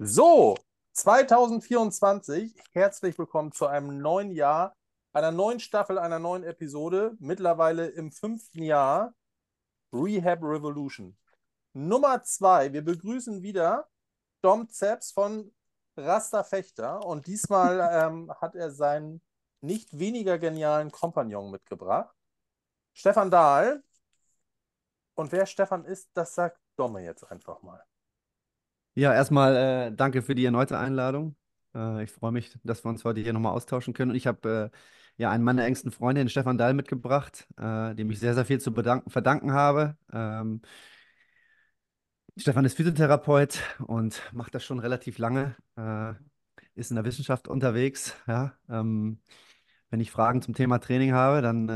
So, 2024, herzlich willkommen zu einem neuen Jahr, einer neuen Staffel, einer neuen Episode, mittlerweile im 5. Jahr Rehab Revolution. Nummer 2, wir begrüßen wieder Dom Zeps von Rasta Fechter und diesmal hat er seinen nicht weniger genialen Kompagnon mitgebracht, Stefan Dahl. Und wer Stefan ist, das sagt Domme jetzt einfach mal. Ja, erstmal danke für die erneute Einladung. Ich freue mich, dass wir uns heute hier nochmal austauschen können. Und ich habe ja einen meiner engsten Freunde, den Stefan Dahl, mitgebracht, dem ich sehr, sehr viel zu verdanken habe. Stefan ist Physiotherapeut und macht das schon relativ lange, ist in der Wissenschaft unterwegs. Ja. Wenn ich Fragen zum Thema Training habe, dann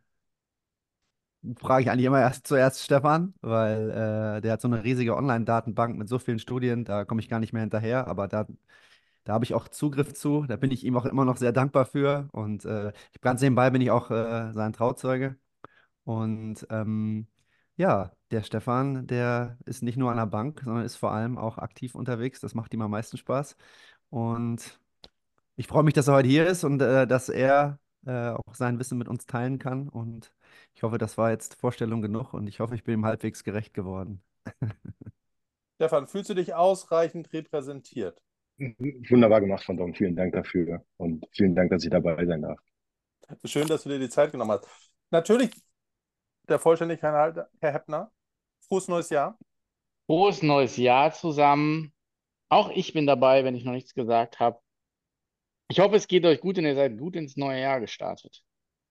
frage ich eigentlich immer erst zuerst Stefan, weil der hat so eine riesige Online-Datenbank mit so vielen Studien, da komme ich gar nicht mehr hinterher, aber da habe ich auch Zugriff zu, da bin ich ihm auch immer noch sehr dankbar für und ganz nebenbei bin ich auch sein Trauzeuge und ja, der Stefan, der ist nicht nur an der Bank, sondern ist vor allem auch aktiv unterwegs, das macht ihm am meisten Spaß und ich freue mich, dass er heute hier ist und dass er auch sein Wissen mit uns teilen kann. Und ich hoffe, das war jetzt Vorstellung genug und ich hoffe, ich bin ihm halbwegs gerecht geworden. Stefan, fühlst du dich ausreichend repräsentiert? Wunderbar gemacht von Dom. Vielen Dank dafür und vielen Dank, dass ich dabei sein darf. Schön, dass du dir die Zeit genommen hast. Natürlich, der Vollständigkeit halber, Herr Heppner, frohes neues Jahr. Frohes neues Jahr zusammen. Auch ich bin dabei, wenn ich noch nichts gesagt habe. Ich hoffe, es geht euch gut und ihr seid gut ins neue Jahr gestartet.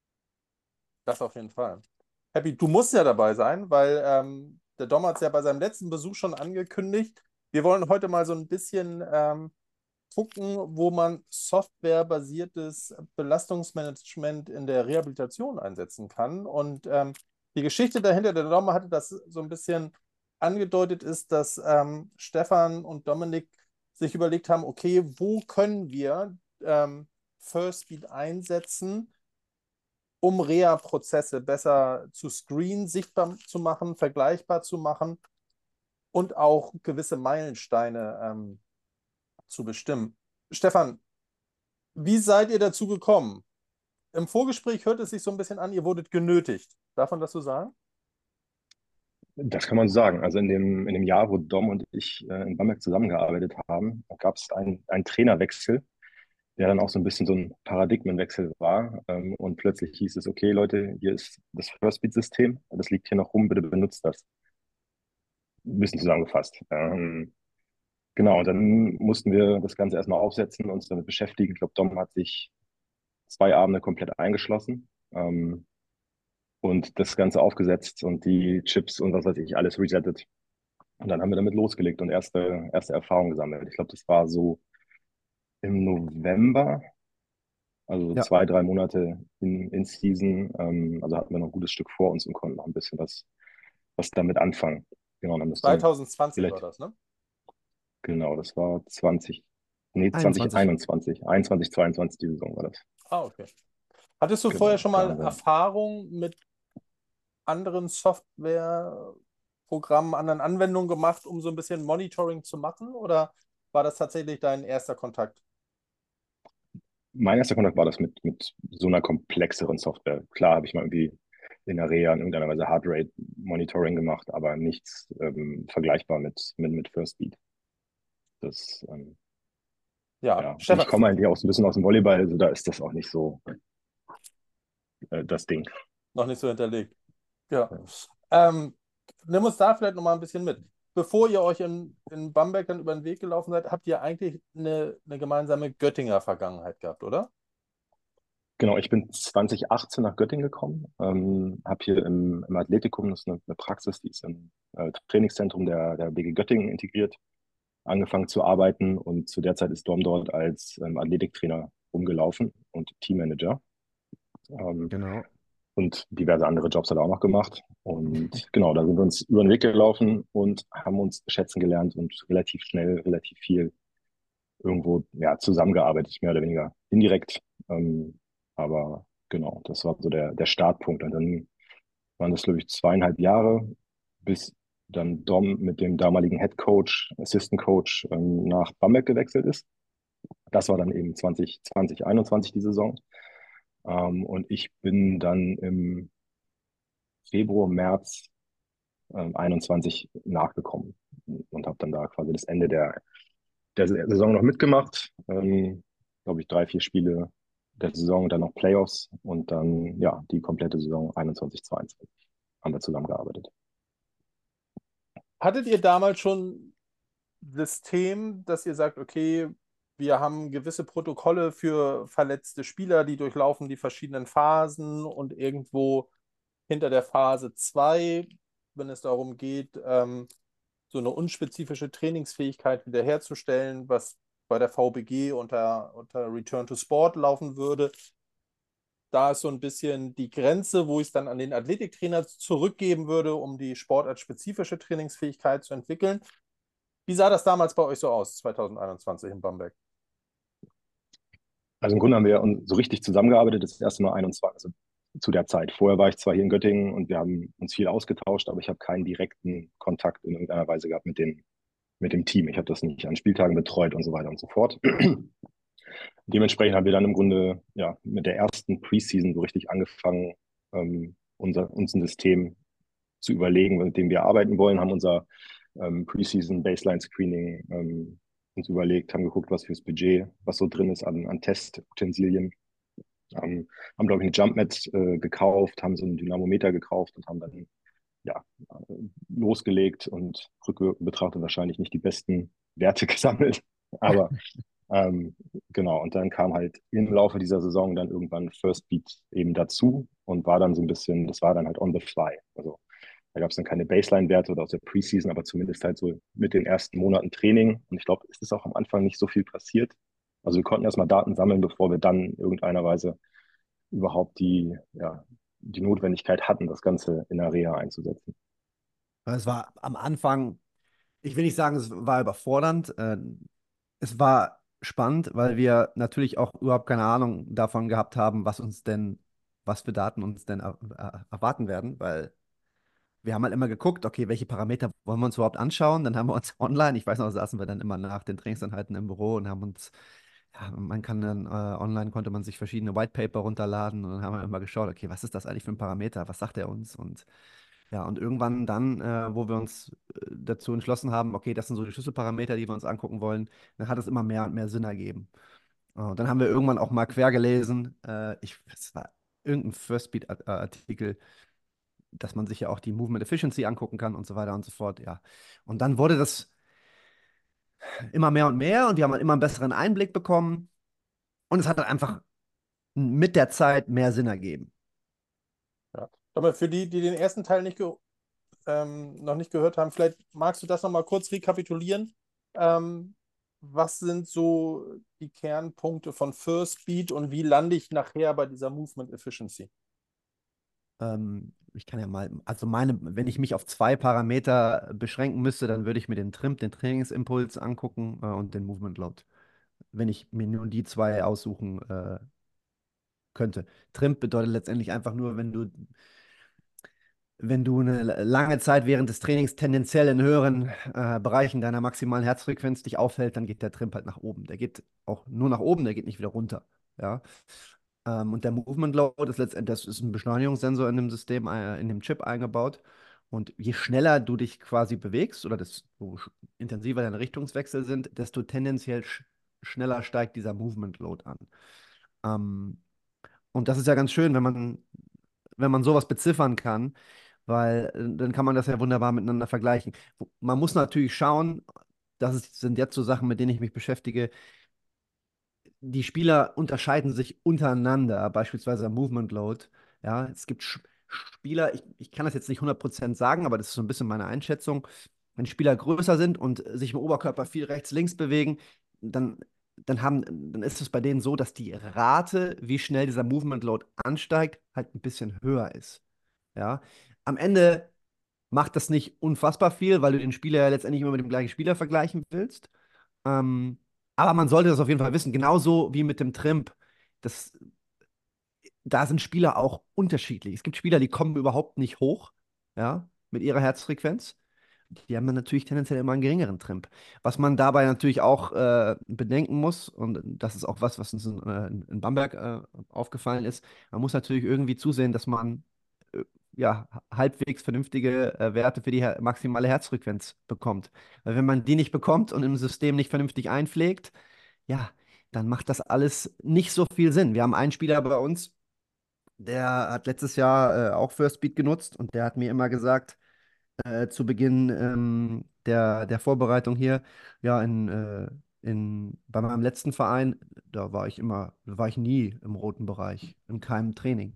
Das auf jeden Fall. Happy, du musst ja dabei sein, weil der Dom hat es ja bei seinem letzten Besuch schon angekündigt. Wir wollen heute mal so ein bisschen gucken, wo man softwarebasiertes Belastungsmanagement in der Rehabilitation einsetzen kann. Und die Geschichte dahinter, der Dom hatte das so ein bisschen angedeutet, ist, dass Stefan und Dominik sich überlegt haben, okay, wo können wir First Speed einsetzen, um Reha-Prozesse besser zu screenen, sichtbar zu machen, vergleichbar zu machen und auch gewisse Meilensteine zu bestimmen. Stefan, wie seid ihr dazu gekommen? Im Vorgespräch hört es sich so ein bisschen an, ihr wurdet genötigt. Darf man das so sagen? Das kann man so sagen. Also in dem Jahr, wo Dom und ich in Bamberg zusammengearbeitet haben, gab es einen Trainerwechsel, der dann auch so ein bisschen so ein Paradigmenwechsel war. Und plötzlich hieß es, okay, Leute, hier ist das First-Beat-System, das liegt hier noch rum, bitte benutzt das. Ein bisschen zusammengefasst. Genau, und dann mussten wir das Ganze erstmal aufsetzen, uns damit beschäftigen. Ich glaube, Dom hat sich 2 Abende komplett eingeschlossen. Und das Ganze aufgesetzt und die Chips und was weiß ich, alles resettet. Und dann haben wir damit losgelegt und erste Erfahrungen gesammelt. Ich glaube, das war so im November, also so Ja, 2, 3 Monate in Season. Also hatten wir noch ein gutes Stück vor uns und konnten noch ein bisschen was damit anfangen. Genau, dann müsste 2020 war vielleicht, das, ne? genau, das war 21. 2021, 21, 22 die Saison war das. Ah, okay. Hattest du vorher Genau, schon da mal haben wir. Erfahrung mit anderen Softwareprogrammen, anderen Anwendungen gemacht, um so ein bisschen Monitoring zu machen? Oder war das tatsächlich dein erster Kontakt? Mein erster Kontakt war das mit so einer komplexeren Software. Klar habe ich mal irgendwie in der Reha in irgendeiner Weise Heartrate Monitoring gemacht, aber nichts vergleichbar mit First Beat. Das, Ja, ja. Und ich Stefan, komme eigentlich auch so ein bisschen aus dem Volleyball, also da ist das auch nicht so das Ding. noch nicht so hinterlegt. Ja. Ja. Ähm, Nimm uns da vielleicht noch mal ein bisschen mit. Bevor ihr euch in Bamberg dann über den Weg gelaufen seid, habt ihr eigentlich eine gemeinsame Göttinger Vergangenheit gehabt, oder? Genau, ich bin 2018 nach Göttingen gekommen, habe hier im Athletikum, das ist eine Praxis, die ist im Trainingszentrum der BG Göttingen integriert, angefangen zu arbeiten und zu der Zeit ist Dom dort als Athletiktrainer rumgelaufen und Teammanager. Ähm, Genau. und diverse andere Jobs hat er auch noch gemacht. Und genau, da sind wir uns über den Weg gelaufen und haben uns schätzen gelernt und relativ schnell, relativ viel irgendwo ja, zusammengearbeitet, mehr oder weniger indirekt. Aber genau, das war so der Startpunkt. Und dann waren das, glaube ich, 2,5 Jahre, bis dann Dom mit dem damaligen Head Coach, Assistant Coach nach Bamberg gewechselt ist. Das war dann eben 2021 die Saison. Und ich bin dann im Februar, März 21 nachgekommen und habe dann da quasi das Ende der Saison noch mitgemacht. Glaube ich, 3, 4 Spiele der Saison, dann noch Playoffs und dann ja die komplette Saison 21, 22 haben wir zusammengearbeitet. Hattet ihr damals schon System, dass ihr sagt, okay, wir haben gewisse Protokolle für verletzte Spieler, die durchlaufen die verschiedenen Phasen und irgendwo hinter der Phase 2, wenn es darum geht, so eine unspezifische Trainingsfähigkeit wiederherzustellen, was bei der VBG unter Return to Sport laufen würde. Da ist so ein bisschen die Grenze, wo ich es dann an den Athletiktrainer zurückgeben würde, um die sportartspezifische Trainingsfähigkeit zu entwickeln. Wie sah das damals bei euch so aus, 2021 in Bamberg? Also im Grunde haben wir so richtig zusammengearbeitet, das erste Mal 21, also zu der Zeit. Vorher war ich zwar hier in Göttingen und wir haben uns viel ausgetauscht, aber ich habe keinen direkten Kontakt in irgendeiner Weise gehabt mit dem Team. Ich habe das nicht an Spieltagen betreut und so weiter und so fort. Dementsprechend haben wir dann im Grunde ja mit der ersten Preseason so richtig angefangen, uns ein System zu überlegen, mit dem wir arbeiten wollen, haben unser Preseason Baseline Screening uns überlegt, haben geguckt, was fürs Budget, was so drin ist an Testutensilien. Haben, glaube ich, eine Jumpmat gekauft, haben so einen Dynamometer gekauft und haben dann ja, losgelegt und rückwirkend betrachtet wahrscheinlich nicht die besten Werte gesammelt. Aber genau, und dann kam halt im Laufe dieser Saison dann irgendwann First Beat eben dazu und war dann so ein bisschen, das war dann halt on the fly. Also da gab es dann keine Baseline-Werte oder aus der Preseason, aber zumindest halt so mit den ersten Monaten Training. Und ich glaube, es ist auch am Anfang nicht so viel passiert. Also wir konnten erstmal Daten sammeln, bevor wir dann in irgendeiner Weise überhaupt die Notwendigkeit hatten, das Ganze in der Reha einzusetzen. Es war am Anfang, ich will nicht sagen, es war überfordernd. Es war spannend, weil wir natürlich auch überhaupt keine Ahnung davon gehabt haben, was für Daten uns denn erwarten werden, weil wir haben halt immer geguckt, okay, welche Parameter wollen wir uns überhaupt anschauen? Dann haben wir uns online, ich weiß noch, saßen wir dann immer nach den Trainingseinheiten im Büro und haben uns, ja, man kann dann online konnte man sich verschiedene White Paper runterladen und dann haben wir immer geschaut, okay, was ist das eigentlich für ein Parameter? Was sagt er uns? Und ja, und irgendwann dann, wo wir uns dazu entschlossen haben, okay, das sind so die Schlüsselparameter, die wir uns angucken wollen, dann hat es immer mehr und mehr Sinn ergeben. Und dann haben wir irgendwann auch mal quer gelesen, es war irgendein First Beat-Artikel, dass man sich ja auch die Movement Efficiency angucken kann und so weiter und so fort, ja. Und dann wurde das immer mehr und mehr und wir haben halt immer einen besseren Einblick bekommen und es hat dann einfach mit der Zeit mehr Sinn ergeben. Ja. Aber für die, die den ersten Teil noch nicht gehört haben, vielleicht magst du das nochmal kurz rekapitulieren. Was sind so die Kernpunkte von First Beat und wie lande ich nachher bei dieser Movement Efficiency? Ich kann ja mal, also wenn ich mich auf 2 Parameter beschränken müsste, dann würde ich mir den Trim, den Trainingsimpuls angucken und den Movement Load. Wenn ich mir nur die 2 aussuchen könnte. Trim bedeutet letztendlich einfach nur, wenn du eine lange Zeit während des Trainings tendenziell in höheren Bereichen deiner maximalen Herzfrequenz dich aufhält, dann geht der Trim halt nach oben. Der geht auch nur nach oben, der geht nicht wieder runter. Ja? Und der Movement Load ist letztendlich, das ist ein Beschleunigungssensor in dem System, in dem Chip eingebaut. Und je schneller du dich quasi bewegst oder desto intensiver deine Richtungswechsel sind, desto tendenziell schneller steigt dieser Movement Load an. Und das ist ja ganz schön, wenn man sowas beziffern kann, weil dann kann man das ja wunderbar miteinander vergleichen. Man muss natürlich schauen, sind jetzt so Sachen, mit denen ich mich beschäftige. Die Spieler unterscheiden sich untereinander, beispielsweise am Movement Load. Ja, es gibt Spieler, ich kann das jetzt nicht 100% sagen, aber das ist so ein bisschen meine Einschätzung. Wenn Spieler größer sind und sich im Oberkörper viel rechts, links bewegen, dann, dann ist es bei denen so, dass die Rate, wie schnell dieser Movement Load ansteigt, halt ein bisschen höher ist. Ja, am Ende macht das nicht unfassbar viel, weil du den Spieler ja letztendlich immer mit dem gleichen Spieler vergleichen willst. Ähm, aber man sollte das auf jeden Fall wissen, genauso wie mit dem Trimp. Das, da sind Spieler auch unterschiedlich. Es gibt Spieler, die kommen überhaupt nicht hoch, ja, mit ihrer Herzfrequenz. die haben dann natürlich tendenziell immer einen geringeren Trimp. Was man dabei natürlich auch bedenken muss, und das ist auch was, was uns in Bamberg aufgefallen ist, man muss natürlich irgendwie zusehen, dass man äh, ja, halbwegs vernünftige Werte für die maximale Herzfrequenz bekommt. Weil wenn man die nicht bekommt und im System nicht vernünftig einpflegt, ja, dann macht das alles nicht so viel Sinn. Wir haben einen Spieler bei uns, der hat letztes Jahr auch First Speed genutzt und der hat mir immer gesagt, zu Beginn der Vorbereitung hier, ja, bei meinem letzten Verein, da war ich nie im roten Bereich, in keinem Training.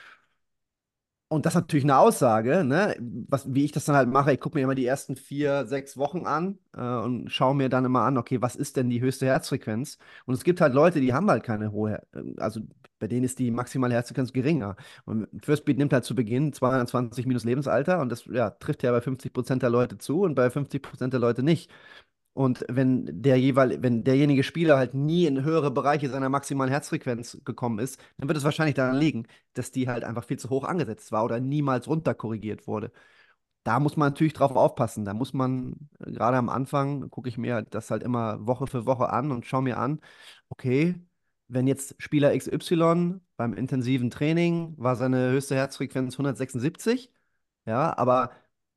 Und das ist natürlich eine Aussage, ne? Wie ich das dann halt mache, ich gucke mir immer die ersten 4, 6 Wochen an und schaue mir dann immer an, okay, was ist denn die höchste Herzfrequenz? Und es gibt halt Leute, die haben halt keine hohe, also bei denen ist die maximale Herzfrequenz geringer. Und First Beat nimmt halt zu Beginn 220 minus Lebensalter und das ja, trifft ja bei 50% der Leute zu und bei 50% der Leute nicht. Und wenn derjenige Spieler halt nie in höhere Bereiche seiner maximalen Herzfrequenz gekommen ist, dann wird es wahrscheinlich daran liegen, dass die halt einfach viel zu hoch angesetzt war oder niemals runterkorrigiert wurde. Da muss man natürlich drauf aufpassen. Da muss man, gerade am Anfang, gucke ich mir das halt immer Woche für Woche an und schaue mir an, okay, wenn jetzt Spieler XY beim intensiven Training war seine höchste Herzfrequenz 176, ja, aber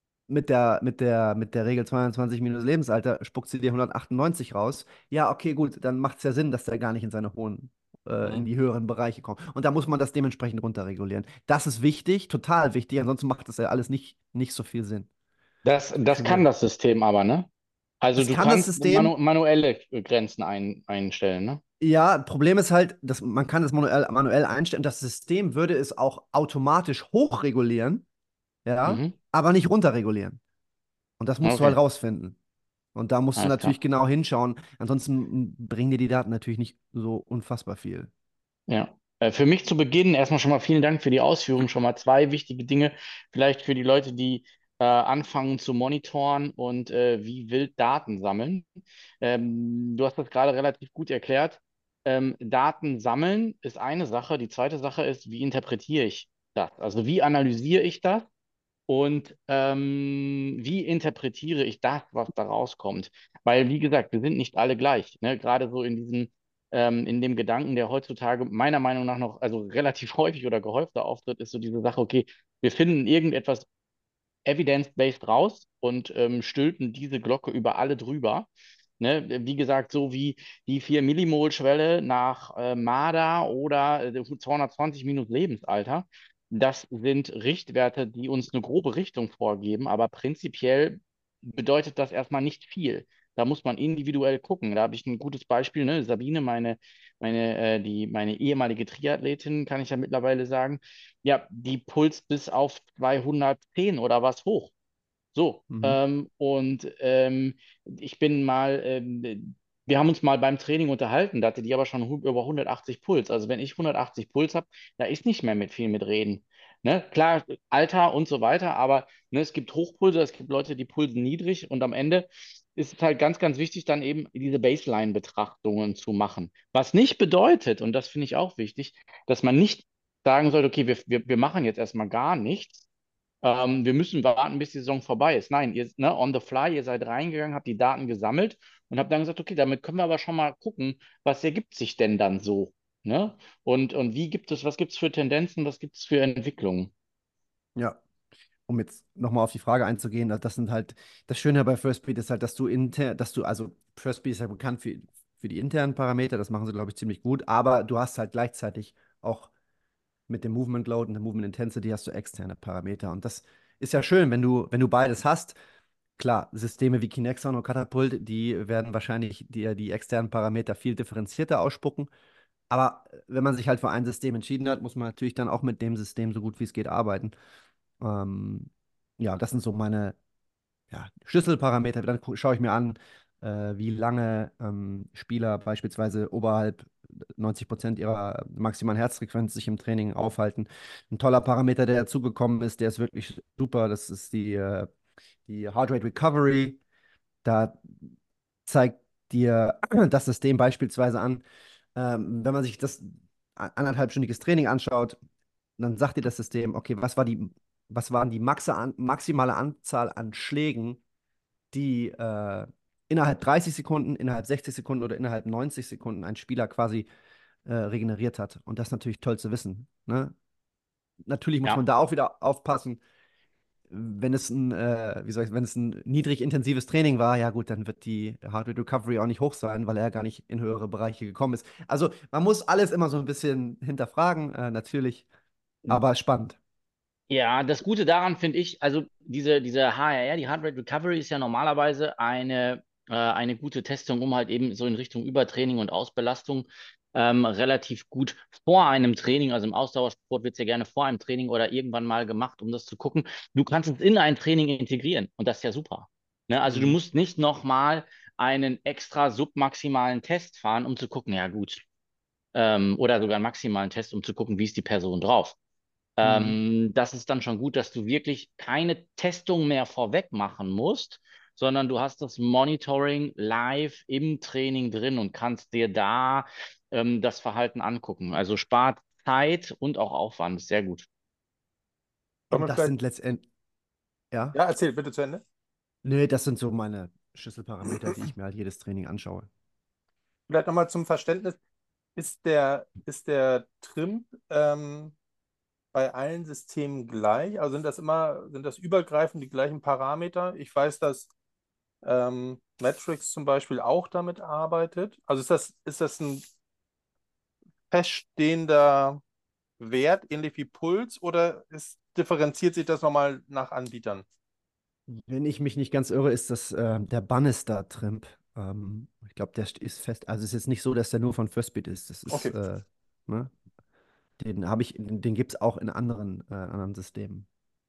mit der Regel 22 minus Lebensalter spuckt sie dir 198 raus. Ja, okay, gut, dann macht es ja Sinn, dass der gar nicht in in Mhm. die höheren Bereiche kommt. Und da muss man das dementsprechend runterregulieren. Das ist wichtig, total wichtig, ansonsten macht das ja alles nicht so viel Sinn. Das Finde kann das System aber, ne? Also Das du kann das kannst System. manuelle Grenzen einstellen, ne? Ja, Problem ist halt, dass man kann das manuell einstellen. Das System würde es auch automatisch hochregulieren, ja, Mhm. aber nicht runterregulieren. Und das musst du halt Okay, rausfinden. Und da musst du alles natürlich klar. genau hinschauen. Ansonsten bringen dir die Daten natürlich nicht so unfassbar viel. Ja. Für mich zu Beginn erstmal schon mal vielen Dank für die Ausführungen. Schon mal zwei wichtige Dinge, vielleicht für die Leute, die anfangen zu monitoren und wie wild Daten sammeln. Du hast das gerade relativ gut erklärt. Daten sammeln ist eine Sache. Die zweite Sache ist, wie interpretiere ich das? Also wie analysiere ich das? Und wie interpretiere ich das, was da rauskommt? Weil, wie gesagt, wir sind nicht alle gleich. Ne? Gerade so in dem Gedanken, der heutzutage meiner Meinung nach noch, also relativ häufig oder gehäufter auftritt, ist so diese Sache, okay, wir finden irgendetwas evidence-based raus und stülpen diese Glocke über alle drüber. Ne? Wie gesagt, so wie die 4 Millimol-Schwelle nach Marder oder 220 minus Lebensalter. Das sind Richtwerte, die uns eine grobe Richtung vorgeben, aber prinzipiell bedeutet das erstmal nicht viel. Da muss man individuell gucken. Da habe ich ein gutes Beispiel, ne? Sabine, meine ehemalige Triathletin, kann ich ja mittlerweile sagen, ja, die pulst bis auf 210 oder was hoch. So, Mhm. ich bin mal, wir haben uns mal beim Training unterhalten, da hatte die aber schon über 180 Puls. Also wenn ich 180 Puls habe, da ist nicht mehr viel mit Reden. Ne? Klar, Alter und so weiter, aber ne, es gibt Hochpulse, es gibt Leute, die pulsen niedrig und am Ende ist es halt ganz, ganz wichtig, dann eben diese Baseline-Betrachtungen zu machen. Was nicht bedeutet, und das finde ich auch wichtig, dass man nicht sagen sollte, okay, wir machen jetzt erstmal gar nichts, wir müssen warten, bis die Saison vorbei ist. Nein, ihr, ne, on the fly, ihr seid reingegangen, habt die Daten gesammelt und habt dann gesagt, okay, damit können wir aber schon mal gucken, was ergibt sich denn dann so? Ne? Und was gibt es für Tendenzen, was gibt es für Entwicklungen? Ja, um jetzt nochmal auf die Frage einzugehen, das sind halt, das Schöne bei FirstBeat ist halt, also FirstBeat ist ja bekannt für die internen Parameter, das machen sie, glaube ich, ziemlich gut, aber du hast halt gleichzeitig auch mit dem Movement Load und der Movement Intensity hast du externe Parameter. Und das ist ja schön, wenn du beides hast. Klar, Systeme wie Kinexon und Katapult, die werden wahrscheinlich die externen Parameter viel differenzierter ausspucken. Aber wenn man sich halt für ein System entschieden hat, muss man natürlich dann auch mit dem System so gut wie es geht arbeiten. Ähm, ja, das sind so meine Schlüsselparameter. Dann schaue ich mir an, wie lange Spieler beispielsweise oberhalb 90% ihrer maximalen Herzfrequenz sich im Training aufhalten. Ein toller Parameter, der dazugekommen ist, der ist wirklich super. Das ist die Heart Rate Recovery. Da zeigt dir das System beispielsweise an, wenn man sich das anderthalbstündiges Training anschaut, dann sagt dir das System, okay, was waren die maximale Anzahl an Schlägen die innerhalb 30 Sekunden, innerhalb 60 Sekunden oder innerhalb 90 Sekunden ein Spieler quasi regeneriert hat. Und das ist natürlich toll zu wissen. Ne? Natürlich muss man Ja. da auch wieder aufpassen, wenn es wenn es ein niedrig intensives Training war, ja gut, dann wird die Heart Rate Recovery auch nicht hoch sein, weil er gar nicht in höhere Bereiche gekommen ist. Also man muss alles immer so ein bisschen hinterfragen, natürlich, aber spannend. Ja, das Gute daran finde ich, also diese HRR, die Heart Rate Recovery, ist ja normalerweise eine gute Testung, um halt eben so in Richtung Übertraining und Ausbelastung relativ gut vor einem Training, also im Ausdauersport wird es ja gerne vor einem Training oder irgendwann mal gemacht, um das zu gucken. Du kannst es in ein Training integrieren und das ist ja super. Ne? Also du Mhm. musst nicht nochmal einen extra submaximalen Test fahren, um zu gucken, ja gut, oder sogar einen maximalen Test, um zu gucken, wie ist die Person drauf. Mhm. Das ist dann schon gut, dass du wirklich keine Testung mehr vorweg machen musst, sondern du hast das Monitoring live im Training drin und kannst dir da das Verhalten angucken. Also spart Zeit und auch Aufwand. Sehr gut. Sollen Und wir das vielleicht, sind letztendlich, ja, ja, erzähl bitte zu Ende. nee, das sind so meine Schlüsselparameter, die ich mir halt jedes Training anschaue. Vielleicht nochmal zum Verständnis. Ist der Trimp bei allen Systemen gleich? Also sind das übergreifend die gleichen Parameter? Ich weiß, dass Matrix zum Beispiel auch damit arbeitet. Also ist das ein feststehender Wert, ähnlich wie Puls, oder differenziert sich das nochmal nach Anbietern? Wenn ich mich nicht ganz irre, ist das der Bannister-Trimp. Ich glaube, der ist fest. Also es ist jetzt nicht so, dass der nur von Firstbeat ist. Das ist, Okay. ne? Den gibt es auch in anderen Systemen.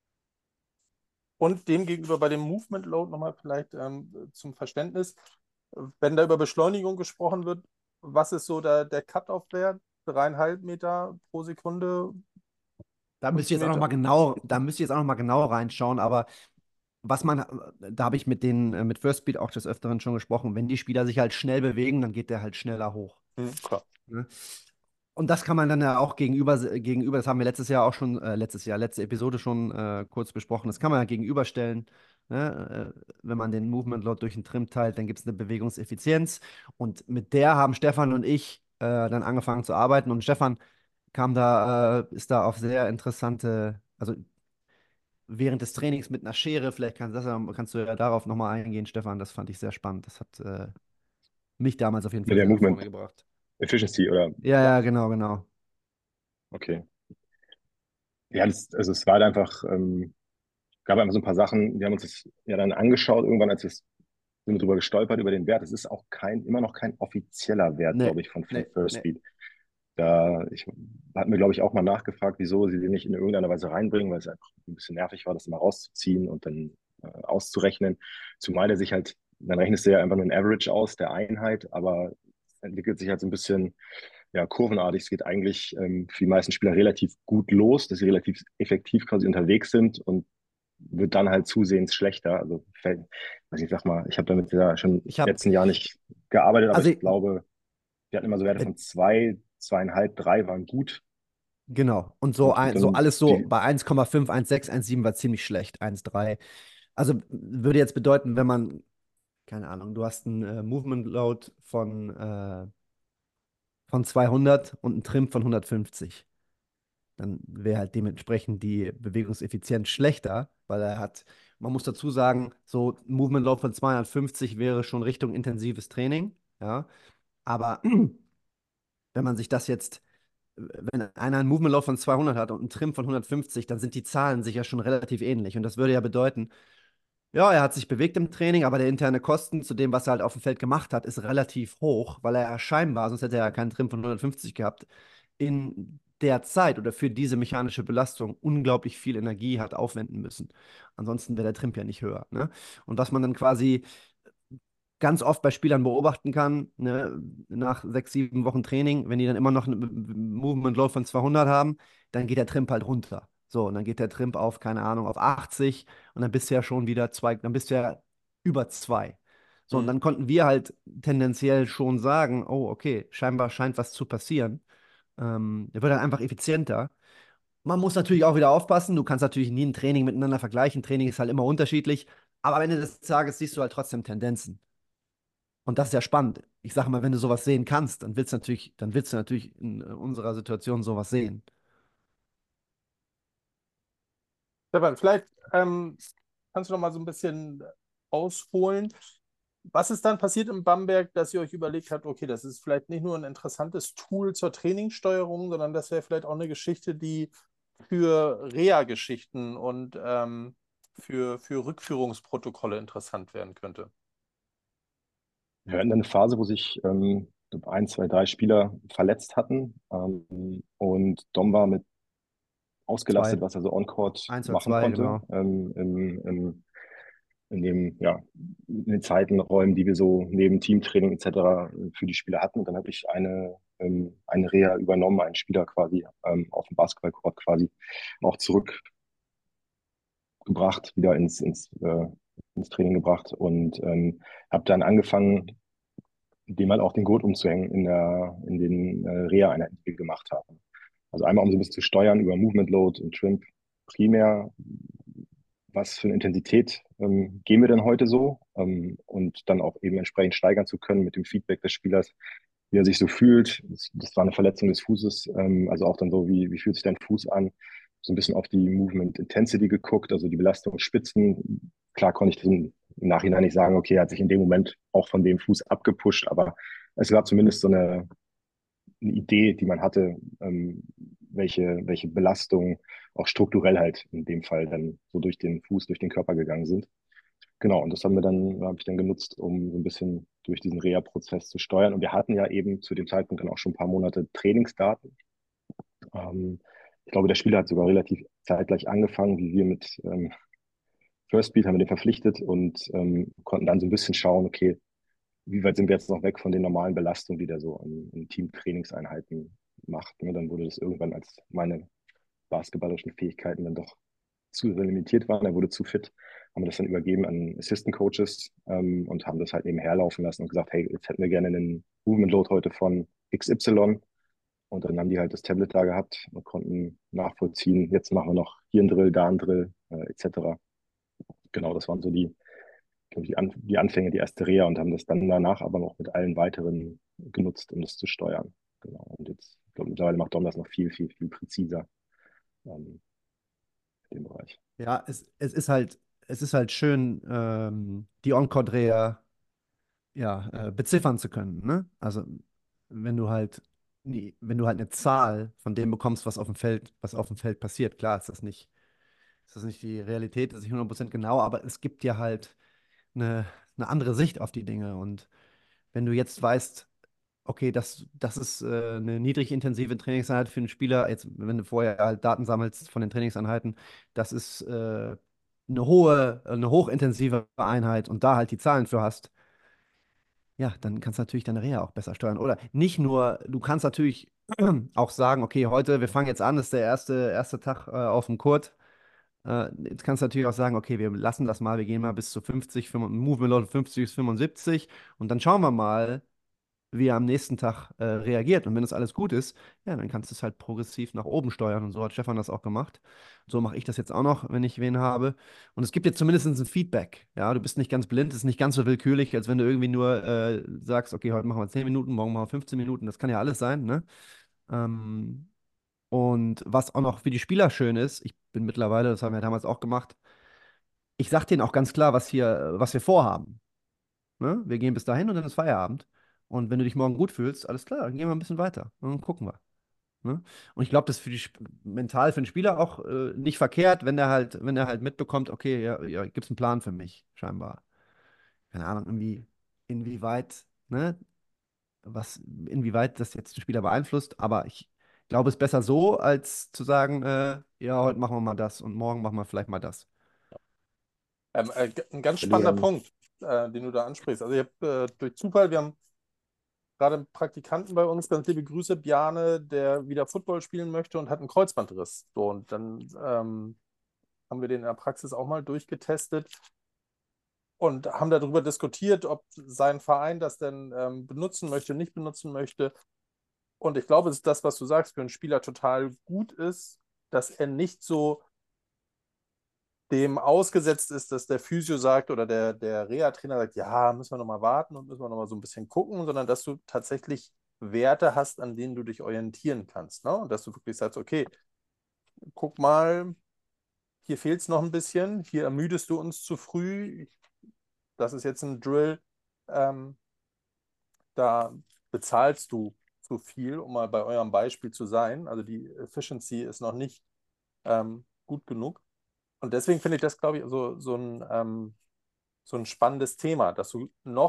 Und demgegenüber bei dem Movement Load nochmal vielleicht zum Verständnis, wenn da über Beschleunigung gesprochen wird, was ist so der Cut-off-Wert? 3,5 Meter pro Sekunde, Da müsst 5 ihr jetzt auch noch mal Meter? genau, da müsst ihr jetzt auch noch mal genau reinschauen, aber da habe ich mit First Speed auch des Öfteren schon gesprochen, wenn die Spieler sich halt schnell bewegen, dann geht der halt schneller hoch. Klar. Ne? Und das kann man dann ja auch gegenüber, das haben wir letzte Episode schon kurz besprochen, das kann man ja gegenüberstellen. Ne? Wenn man den Movement Load durch den Trim teilt, dann gibt es eine Bewegungseffizienz. Und mit der haben Stefan und ich dann angefangen zu arbeiten. Und Stefan ist da auf sehr interessante, also während des Trainings mit einer Schere, vielleicht kannst du ja darauf nochmal eingehen, Stefan, das fand ich sehr spannend. Das hat mich damals auf jeden Mit Fall der sehr nach vorne Movement gebracht. Efficiency oder Ja, ja, ja, genau, genau. okay. Ja, also es war halt einfach, gab einfach so ein paar Sachen, wir haben uns das ja dann angeschaut, irgendwann, sind wir drüber gestolpert über den Wert. Es ist auch immer noch kein offizieller Wert, Nee, glaube ich, von nee, First nee. Speed. Ich hatte mir, glaube ich, auch mal nachgefragt, wieso sie den nicht in irgendeiner Weise reinbringen, weil es einfach ein bisschen nervig war, das immer rauszuziehen und dann auszurechnen. Zumal der sich halt, dann rechnest du ja einfach nur ein Average aus der Einheit, aber es entwickelt sich halt so ein bisschen ja, kurvenartig. Es geht eigentlich für die meisten Spieler relativ gut los, dass sie relativ effektiv quasi unterwegs sind und wird dann halt zusehends schlechter. Also, weiß ich sag mal, ich habe damit ja schon in Ich den habe, letzten Jahren nicht gearbeitet, aber also, ich glaube, wir hatten immer so Werte äh, von 2, 2,5, 3 waren gut. genau. Und Und so dann alles so die, bei 1,5, 1,6, 1,7 war ziemlich schlecht. 1,3. Also würde jetzt bedeuten, wenn man, keine Ahnung, du hast einen Movement Load von 200 und einen Trim von 150. Dann wäre halt dementsprechend die Bewegungseffizienz schlechter, weil man muss dazu sagen, so ein Movement Load von 250 wäre schon Richtung intensives Training, ja. Aber wenn man sich das jetzt, wenn einer einen Movement Load von 200 hat und einen Trim von 150, dann sind die Zahlen sich ja schon relativ ähnlich. Und das würde ja bedeuten, ja, er hat sich bewegt im Training, aber der interne Kosten zu dem, was er halt auf dem Feld gemacht hat, ist relativ hoch, weil er ja scheinbar, sonst hätte er ja keinen Trim von 150 gehabt, in der Zeit oder für diese mechanische Belastung unglaublich viel Energie hat aufwenden müssen. Ansonsten wäre der Trim ja nicht höher. Ne? Und was man dann quasi ganz oft bei Spielern beobachten kann, ne, nach 6, 7 Wochen Training, wenn die dann immer noch einen Movement Load von 200 haben, dann geht der Trimp halt runter. So, und dann geht der Trimp auf, keine Ahnung, auf 80 und dann bist du ja schon wieder dann bist du ja über 2. So, und Mhm. dann konnten wir halt tendenziell schon sagen, oh, okay, scheinbar scheint was zu passieren. Der wird dann einfach effizienter. Man muss natürlich auch wieder aufpassen. Du kannst natürlich nie ein Training miteinander vergleichen. Training ist halt immer unterschiedlich. Aber am Ende des Tages siehst du halt trotzdem Tendenzen. Und das ist ja spannend. Ich sage mal, wenn du sowas sehen kannst, dann willst du natürlich in unserer Situation sowas sehen. Stefan, vielleicht kannst du noch mal so ein bisschen ausholen. Was ist dann passiert in Bamberg, dass ihr euch überlegt habt, okay, das ist vielleicht nicht nur ein interessantes Tool zur Trainingssteuerung, sondern das wäre vielleicht auch eine Geschichte, die für Reha-Geschichten und für Rückführungsprotokolle interessant werden könnte? Wir hatten dann eine Phase, wo sich ein, zwei, drei Spieler verletzt hatten. Und Dom war mit ausgelastet, Zwei, was er so on-court eins oder machen zwei, konnte. genau. In dem, ja, in den Zeitenräumen, die wir so neben Teamtraining etc. Für die Spieler hatten. Und dann habe ich eine Reha übernommen, einen Spieler quasi auf dem Basketballcourt quasi auch zurückgebracht, wieder ins Training gebracht und habe dann angefangen, dem halt auch den Gurt umzuhängen in den Reha-Einheiten, die wir gemacht haben. Also einmal, um so ein bisschen zu steuern über Movement Load und Trimp primär, was für eine Intensität gehen wir denn heute so und dann auch eben entsprechend steigern zu können mit dem Feedback des Spielers, wie er sich so fühlt. Das war eine Verletzung des Fußes, also auch dann so, wie fühlt sich dein Fuß an? So ein bisschen auf die Movement Intensity geguckt, also die Belastungsspitzen. Klar konnte ich das im Nachhinein nicht sagen, okay, er hat sich in dem Moment auch von dem Fuß abgepusht, aber es gab zumindest so eine Idee, die man hatte, welche Belastungen auch strukturell halt in dem Fall dann so durch den Fuß, durch den Körper gegangen sind. Genau, und das habe ich dann genutzt, um so ein bisschen durch diesen Reha-Prozess zu steuern. Und wir hatten ja eben zu dem Zeitpunkt dann auch schon ein paar Monate Trainingsdaten. Ich glaube, der Spieler hat sogar relativ zeitgleich angefangen, wie wir mit First Beat haben wir den verpflichtet und konnten dann so ein bisschen schauen, okay, wie weit sind wir jetzt noch weg von den normalen Belastungen, die der so in Teamtrainingseinheiten macht. Ne? Dann wurde das irgendwann, als meine basketballerischen Fähigkeiten dann doch zu limitiert waren, er wurde zu fit, haben wir das dann übergeben an Assistant Coaches und haben das halt eben herlaufen lassen und gesagt, hey, jetzt hätten wir gerne einen Movement Load heute von XY. Und dann haben die halt das Tablet da gehabt und konnten nachvollziehen, jetzt machen wir noch hier einen Drill, da einen Drill, etc. Genau, das waren so die Anfänge, die erste Reha und haben das dann danach aber noch mit allen weiteren genutzt, um das zu steuern. Genau. Und jetzt, ich glaube, mittlerweile macht Dom das noch viel, viel, viel präziser in dem Bereich. Ja, es ist halt schön, die On-Court-Reha ja, beziffern zu können, ne? Also wenn du halt, wenn du halt eine Zahl von dem bekommst, was auf dem Feld passiert, klar ist das nicht die Realität, das ist nicht 100% genau, aber es gibt dir halt eine andere Sicht auf die Dinge. Und wenn du jetzt weißt, okay, das ist eine niedrig intensive Trainingseinheit für einen Spieler, jetzt, wenn du vorher halt Daten sammelst von den Trainingseinheiten, das ist eine hochintensive Einheit und da halt die Zahlen für hast, ja, dann kannst du natürlich deine Reha auch besser steuern. Oder nicht nur, du kannst natürlich auch sagen, okay, heute, wir fangen jetzt an, das ist der erste Tag auf dem Court. Jetzt kannst du natürlich auch sagen, okay, wir lassen das mal, wir gehen mal bis zu 50, Movement Load 50 bis 75 und dann schauen wir mal, wie er am nächsten Tag reagiert. Und wenn das alles gut ist, ja, dann kannst du es halt progressiv nach oben steuern. Und so hat Stefan das auch gemacht. So mache ich das jetzt auch noch, wenn ich wen habe. Und es gibt dir zumindest ein Feedback. Ja, du bist nicht ganz blind, es ist nicht ganz so willkürlich, als wenn du irgendwie nur sagst, okay, heute machen wir 10 Minuten, morgen machen wir 15 Minuten. Das kann ja alles sein, ne? Ähm, und was auch noch für die Spieler schön ist, ich bin mittlerweile, das haben wir damals auch gemacht, ich sage denen auch ganz klar, was wir vorhaben. Ne? Wir gehen bis dahin und dann ist Feierabend. Und wenn du dich morgen gut fühlst, alles klar, dann gehen wir ein bisschen weiter. Und dann gucken wir. Ne? Und ich glaube, das ist mental für den Spieler auch nicht verkehrt, wenn er halt mitbekommt, okay, ja, ja, gibt es einen Plan für mich, scheinbar. Keine Ahnung, inwieweit, ne, inwieweit das jetzt den Spieler beeinflusst, aber ich glaube, es ist besser so, als zu sagen, ja, heute machen wir mal das und morgen machen wir vielleicht mal das. Ein ganz Wenn du, spannender Punkt, den du da ansprichst. Also ich habe durch Zufall, wir haben gerade einen Praktikanten bei uns, ganz liebe Grüße, Bjarne, der wieder Football spielen möchte und hat einen Kreuzbandriss. So, und dann haben wir den in der Praxis auch mal durchgetestet und haben darüber diskutiert, ob sein Verein das denn benutzen möchte, nicht benutzen möchte. Und ich glaube, es ist das, was du sagst, für einen Spieler total gut ist, dass er nicht so dem ausgesetzt ist, dass der Physio sagt oder der Reha-Trainer sagt, ja, müssen wir nochmal warten und müssen wir nochmal so ein bisschen gucken, sondern dass du tatsächlich Werte hast, an denen du dich orientieren kannst. Ne? Und dass du wirklich sagst, okay, guck mal, hier fehlt es noch ein bisschen, hier ermüdest du uns zu früh, das ist jetzt ein Drill, ähm, da bezahlst du zu viel, um mal bei eurem Beispiel zu sein. Also die Efficiency ist noch nicht gut genug. Und deswegen finde ich das, glaube ich, so ein spannendes Thema, dass du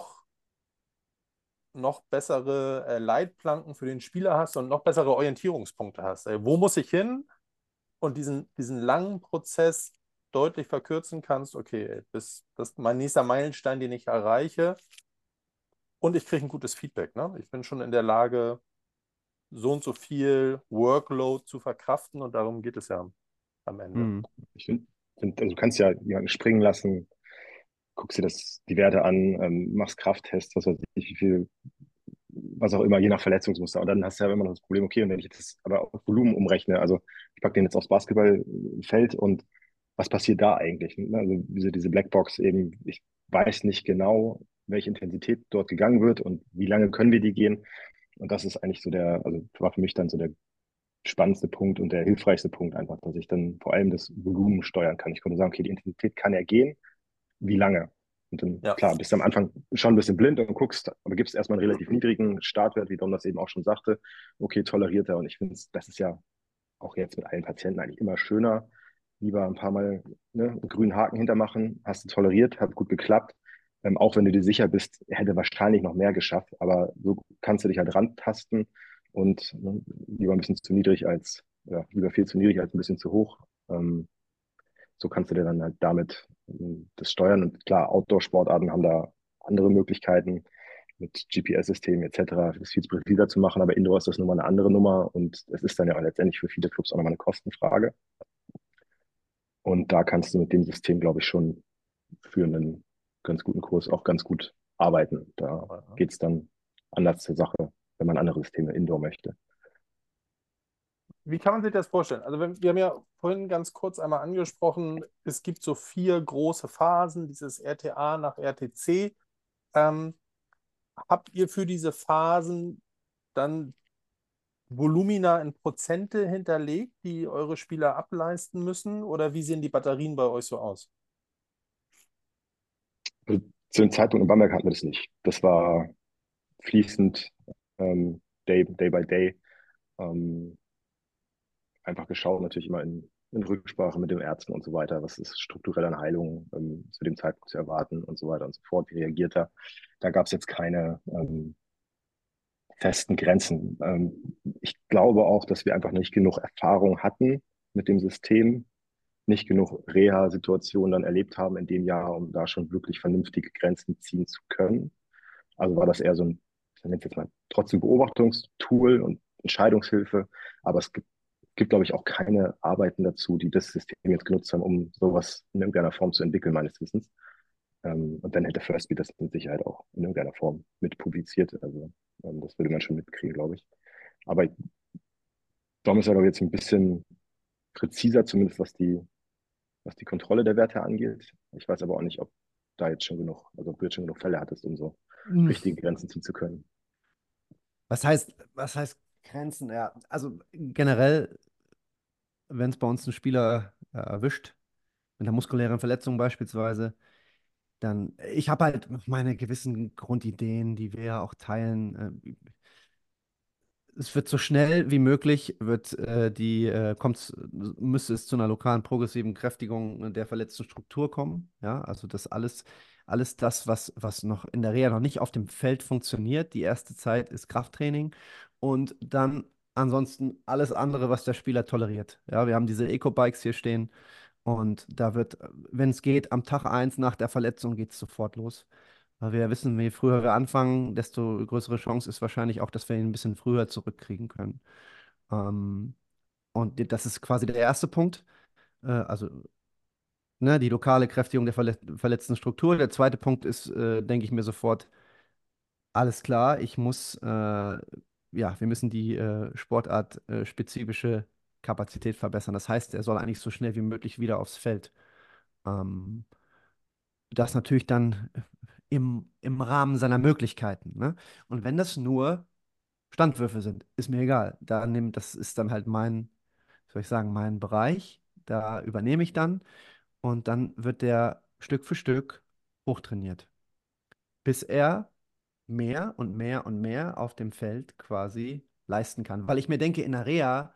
noch bessere Leitplanken für den Spieler hast und noch bessere Orientierungspunkte hast. Wo muss ich hin? Und diesen langen Prozess deutlich verkürzen kannst. Okay, das ist mein nächster Meilenstein, den ich erreiche. Und ich kriege ein gutes Feedback. Ne? Ich bin schon in der Lage, so und so viel Workload zu verkraften und darum geht es ja am Ende. Hm. Ich also du kannst ja jemanden springen lassen, guckst dir die Werte an, machst Krafttests, was weiß ich, wie viel, was auch immer, je nach Verletzungsmuster. Und dann hast du ja immer noch das Problem, okay, und wenn ich jetzt das aber auf Volumen umrechne, also ich packe den jetzt aufs Basketballfeld und was passiert da eigentlich? Ne? Also diese Blackbox eben, ich weiß nicht genau, welche Intensität dort gegangen wird und wie lange können wir die gehen. Und das ist eigentlich so also war für mich dann so der spannendste Punkt und der hilfreichste Punkt einfach, dass ich dann vor allem das Volumen steuern kann. Ich konnte sagen, okay, die Intensität kann ja gehen, wie lange? Und dann, Ja, klar, bist du am Anfang schon ein bisschen blind und guckst, aber gibst erstmal einen relativ niedrigen Startwert, wie Dom das eben auch schon sagte. Okay, toleriert er. Und ich finde, das ist ja auch jetzt mit allen Patienten eigentlich immer schöner. Lieber ein paar Mal einen grünen Haken hintermachen, hast du toleriert, hat gut geklappt. Auch wenn du dir sicher bist, er hätte wahrscheinlich noch mehr geschafft, aber so kannst du dich halt rantasten und lieber ein bisschen zu niedrig als, ja, lieber viel zu niedrig als ein bisschen zu hoch. So kannst du dir dann halt damit das steuern. Und klar, Outdoor-Sportarten haben da andere Möglichkeiten mit GPS-Systemen etc., das viel präziser zu machen, aber Indoor ist das nochmal eine andere Nummer und es ist dann ja auch letztendlich für viele Clubs auch nochmal eine Kostenfrage. Und da kannst du mit dem System, glaube ich, schon für einen ganz guten Kurs auch ganz gut arbeiten. Da geht es dann anders zur Sache, wenn man andere Systeme Indoor möchte. wie kann man sich das vorstellen? Also wir haben ja vorhin ganz kurz einmal angesprochen, es gibt so 4 große Phasen, dieses RTA nach RTC. Ähm, Habt ihr für diese Phasen dann Volumina in Prozente hinterlegt, die eure Spieler ableisten müssen? Oder wie sehen die Batterien bei euch so aus? Also, zu dem Zeitpunkt in Bamberg hatten wir das nicht. Das war fließend, day by day. Ähm, Einfach geschaut, natürlich immer in Rücksprache mit den Ärzten und so weiter, was ist strukturell an Heilung zu dem Zeitpunkt zu erwarten und so weiter und so fort, wie reagiert er. Da gab es jetzt keine festen Grenzen. Ich glaube auch, dass wir einfach nicht genug Erfahrung hatten mit dem System, nicht genug Reha-Situationen dann erlebt haben in dem Jahr, um da schon wirklich vernünftige Grenzen ziehen zu können. Also war das eher so ein, ich nenne es jetzt mal trotzdem Beobachtungstool und Entscheidungshilfe, aber es gibt, glaube ich, auch keine Arbeiten dazu, die das System jetzt genutzt haben, um sowas in irgendeiner Form zu entwickeln, meines Wissens. Und dann hätte Firstbeat das mit Sicherheit auch in irgendeiner Form mit publiziert. Also das würde man schon mitkriegen, glaube ich. Aber Dom ist ja, glaube ich, jetzt ein bisschen präziser, zumindest was die Kontrolle der Werte angeht. Ich weiß aber auch nicht, ob da jetzt schon genug, also ob du jetzt schon genug Fälle hattest, um so Hm. richtige Grenzen ziehen zu können. Was heißt Grenzen? Ja, also generell, wenn es bei uns einen Spieler erwischt, mit einer muskulären Verletzung beispielsweise, dann, ich habe halt meine gewissen Grundideen, die wir ja auch teilen. Es wird so schnell wie möglich, müsste es zu einer lokalen progressiven Kräftigung der verletzten Struktur kommen. Ja, also das alles das, was noch in der Reha noch nicht auf dem Feld funktioniert. Die erste Zeit ist Krafttraining und dann ansonsten alles andere, was der Spieler toleriert. Ja, wir haben diese Eco-Bikes hier stehen und da wird, wenn es geht, am Tag eins nach der Verletzung geht es sofort los. Weil wir ja wissen, je früher wir anfangen, desto größere Chance ist wahrscheinlich auch, dass wir ihn ein bisschen früher zurückkriegen können. Ähm, und das ist quasi der erste Punkt. Also ne, die lokale Kräftigung der verletzten Struktur. Der zweite Punkt ist, denke ich mir sofort, alles klar, wir müssen die sportartspezifische Kapazität verbessern. Das heißt, er soll eigentlich so schnell wie möglich wieder aufs Feld. Ähm, Das natürlich dann im Rahmen seiner Möglichkeiten. Ne? Und wenn das nur Standwürfe sind, ist mir egal. Das ist dann halt wie soll ich sagen, mein Bereich. Da übernehme ich dann und dann wird der Stück für Stück hochtrainiert, bis er mehr und mehr und mehr auf dem Feld quasi leisten kann. Weil ich mir denke, in der Reha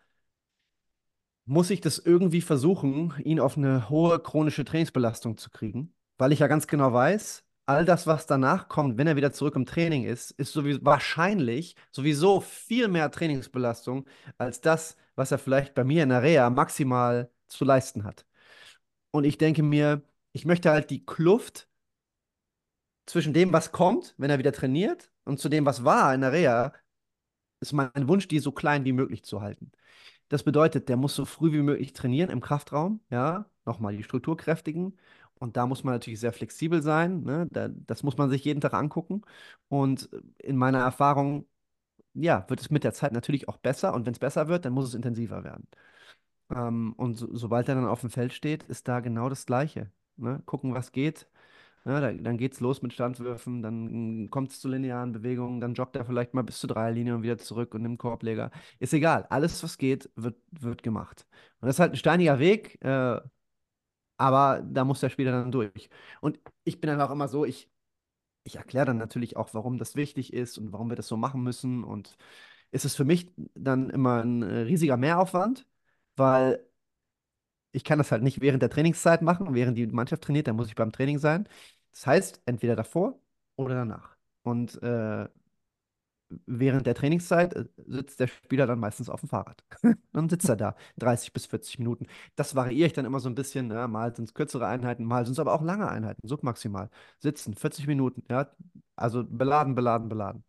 muss ich das irgendwie versuchen, ihn auf eine hohe chronische Trainingsbelastung zu kriegen, weil ich ja ganz genau weiß, all das, was danach kommt, wenn er wieder zurück im Training ist sowieso, wahrscheinlich sowieso viel mehr Trainingsbelastung als das, was er vielleicht bei mir in der Reha maximal zu leisten hat. Und ich denke mir, ich möchte halt die Kluft zwischen dem, was kommt, wenn er wieder trainiert, und zu dem, was war in der Reha, ist mein Wunsch, die so klein wie möglich zu halten. Das bedeutet, der muss so früh wie möglich trainieren im Kraftraum, ja, nochmal die Struktur kräftigen. Und da muss man natürlich sehr flexibel sein, ne? Das muss man sich jeden Tag angucken. Und in meiner Erfahrung, ja, wird es mit der Zeit natürlich auch besser. Und wenn es besser wird, dann muss es intensiver werden. Und sobald er dann auf dem Feld steht, ist da genau das Gleiche. Ne? Gucken, was geht. Ja, dann geht's los mit Standwürfen, dann kommt es zu linearen Bewegungen, dann joggt er vielleicht mal bis zur Dreierlinie und wieder zurück und nimmt Korbleger. Ist egal, alles, was geht, wird gemacht. Und das ist halt ein steiniger Weg, aber da muss der Spieler dann durch. Und ich bin dann auch immer so, ich erkläre dann natürlich auch, warum das wichtig ist und warum wir das so machen müssen. Und ist es für mich dann immer ein riesiger Mehraufwand, weil ich kann das halt nicht während der Trainingszeit machen, während die Mannschaft trainiert, dann muss ich beim Training sein. Das heißt, entweder davor oder danach. Und während der Trainingszeit sitzt der Spieler dann meistens auf dem Fahrrad. Dann sitzt er da 30 bis 40 Minuten. Das variiere ich dann immer so ein bisschen. Ja, mal sind es kürzere Einheiten, mal sind es aber auch lange Einheiten, submaximal. Sitzen, 40 Minuten. Ja, also beladen, beladen, beladen.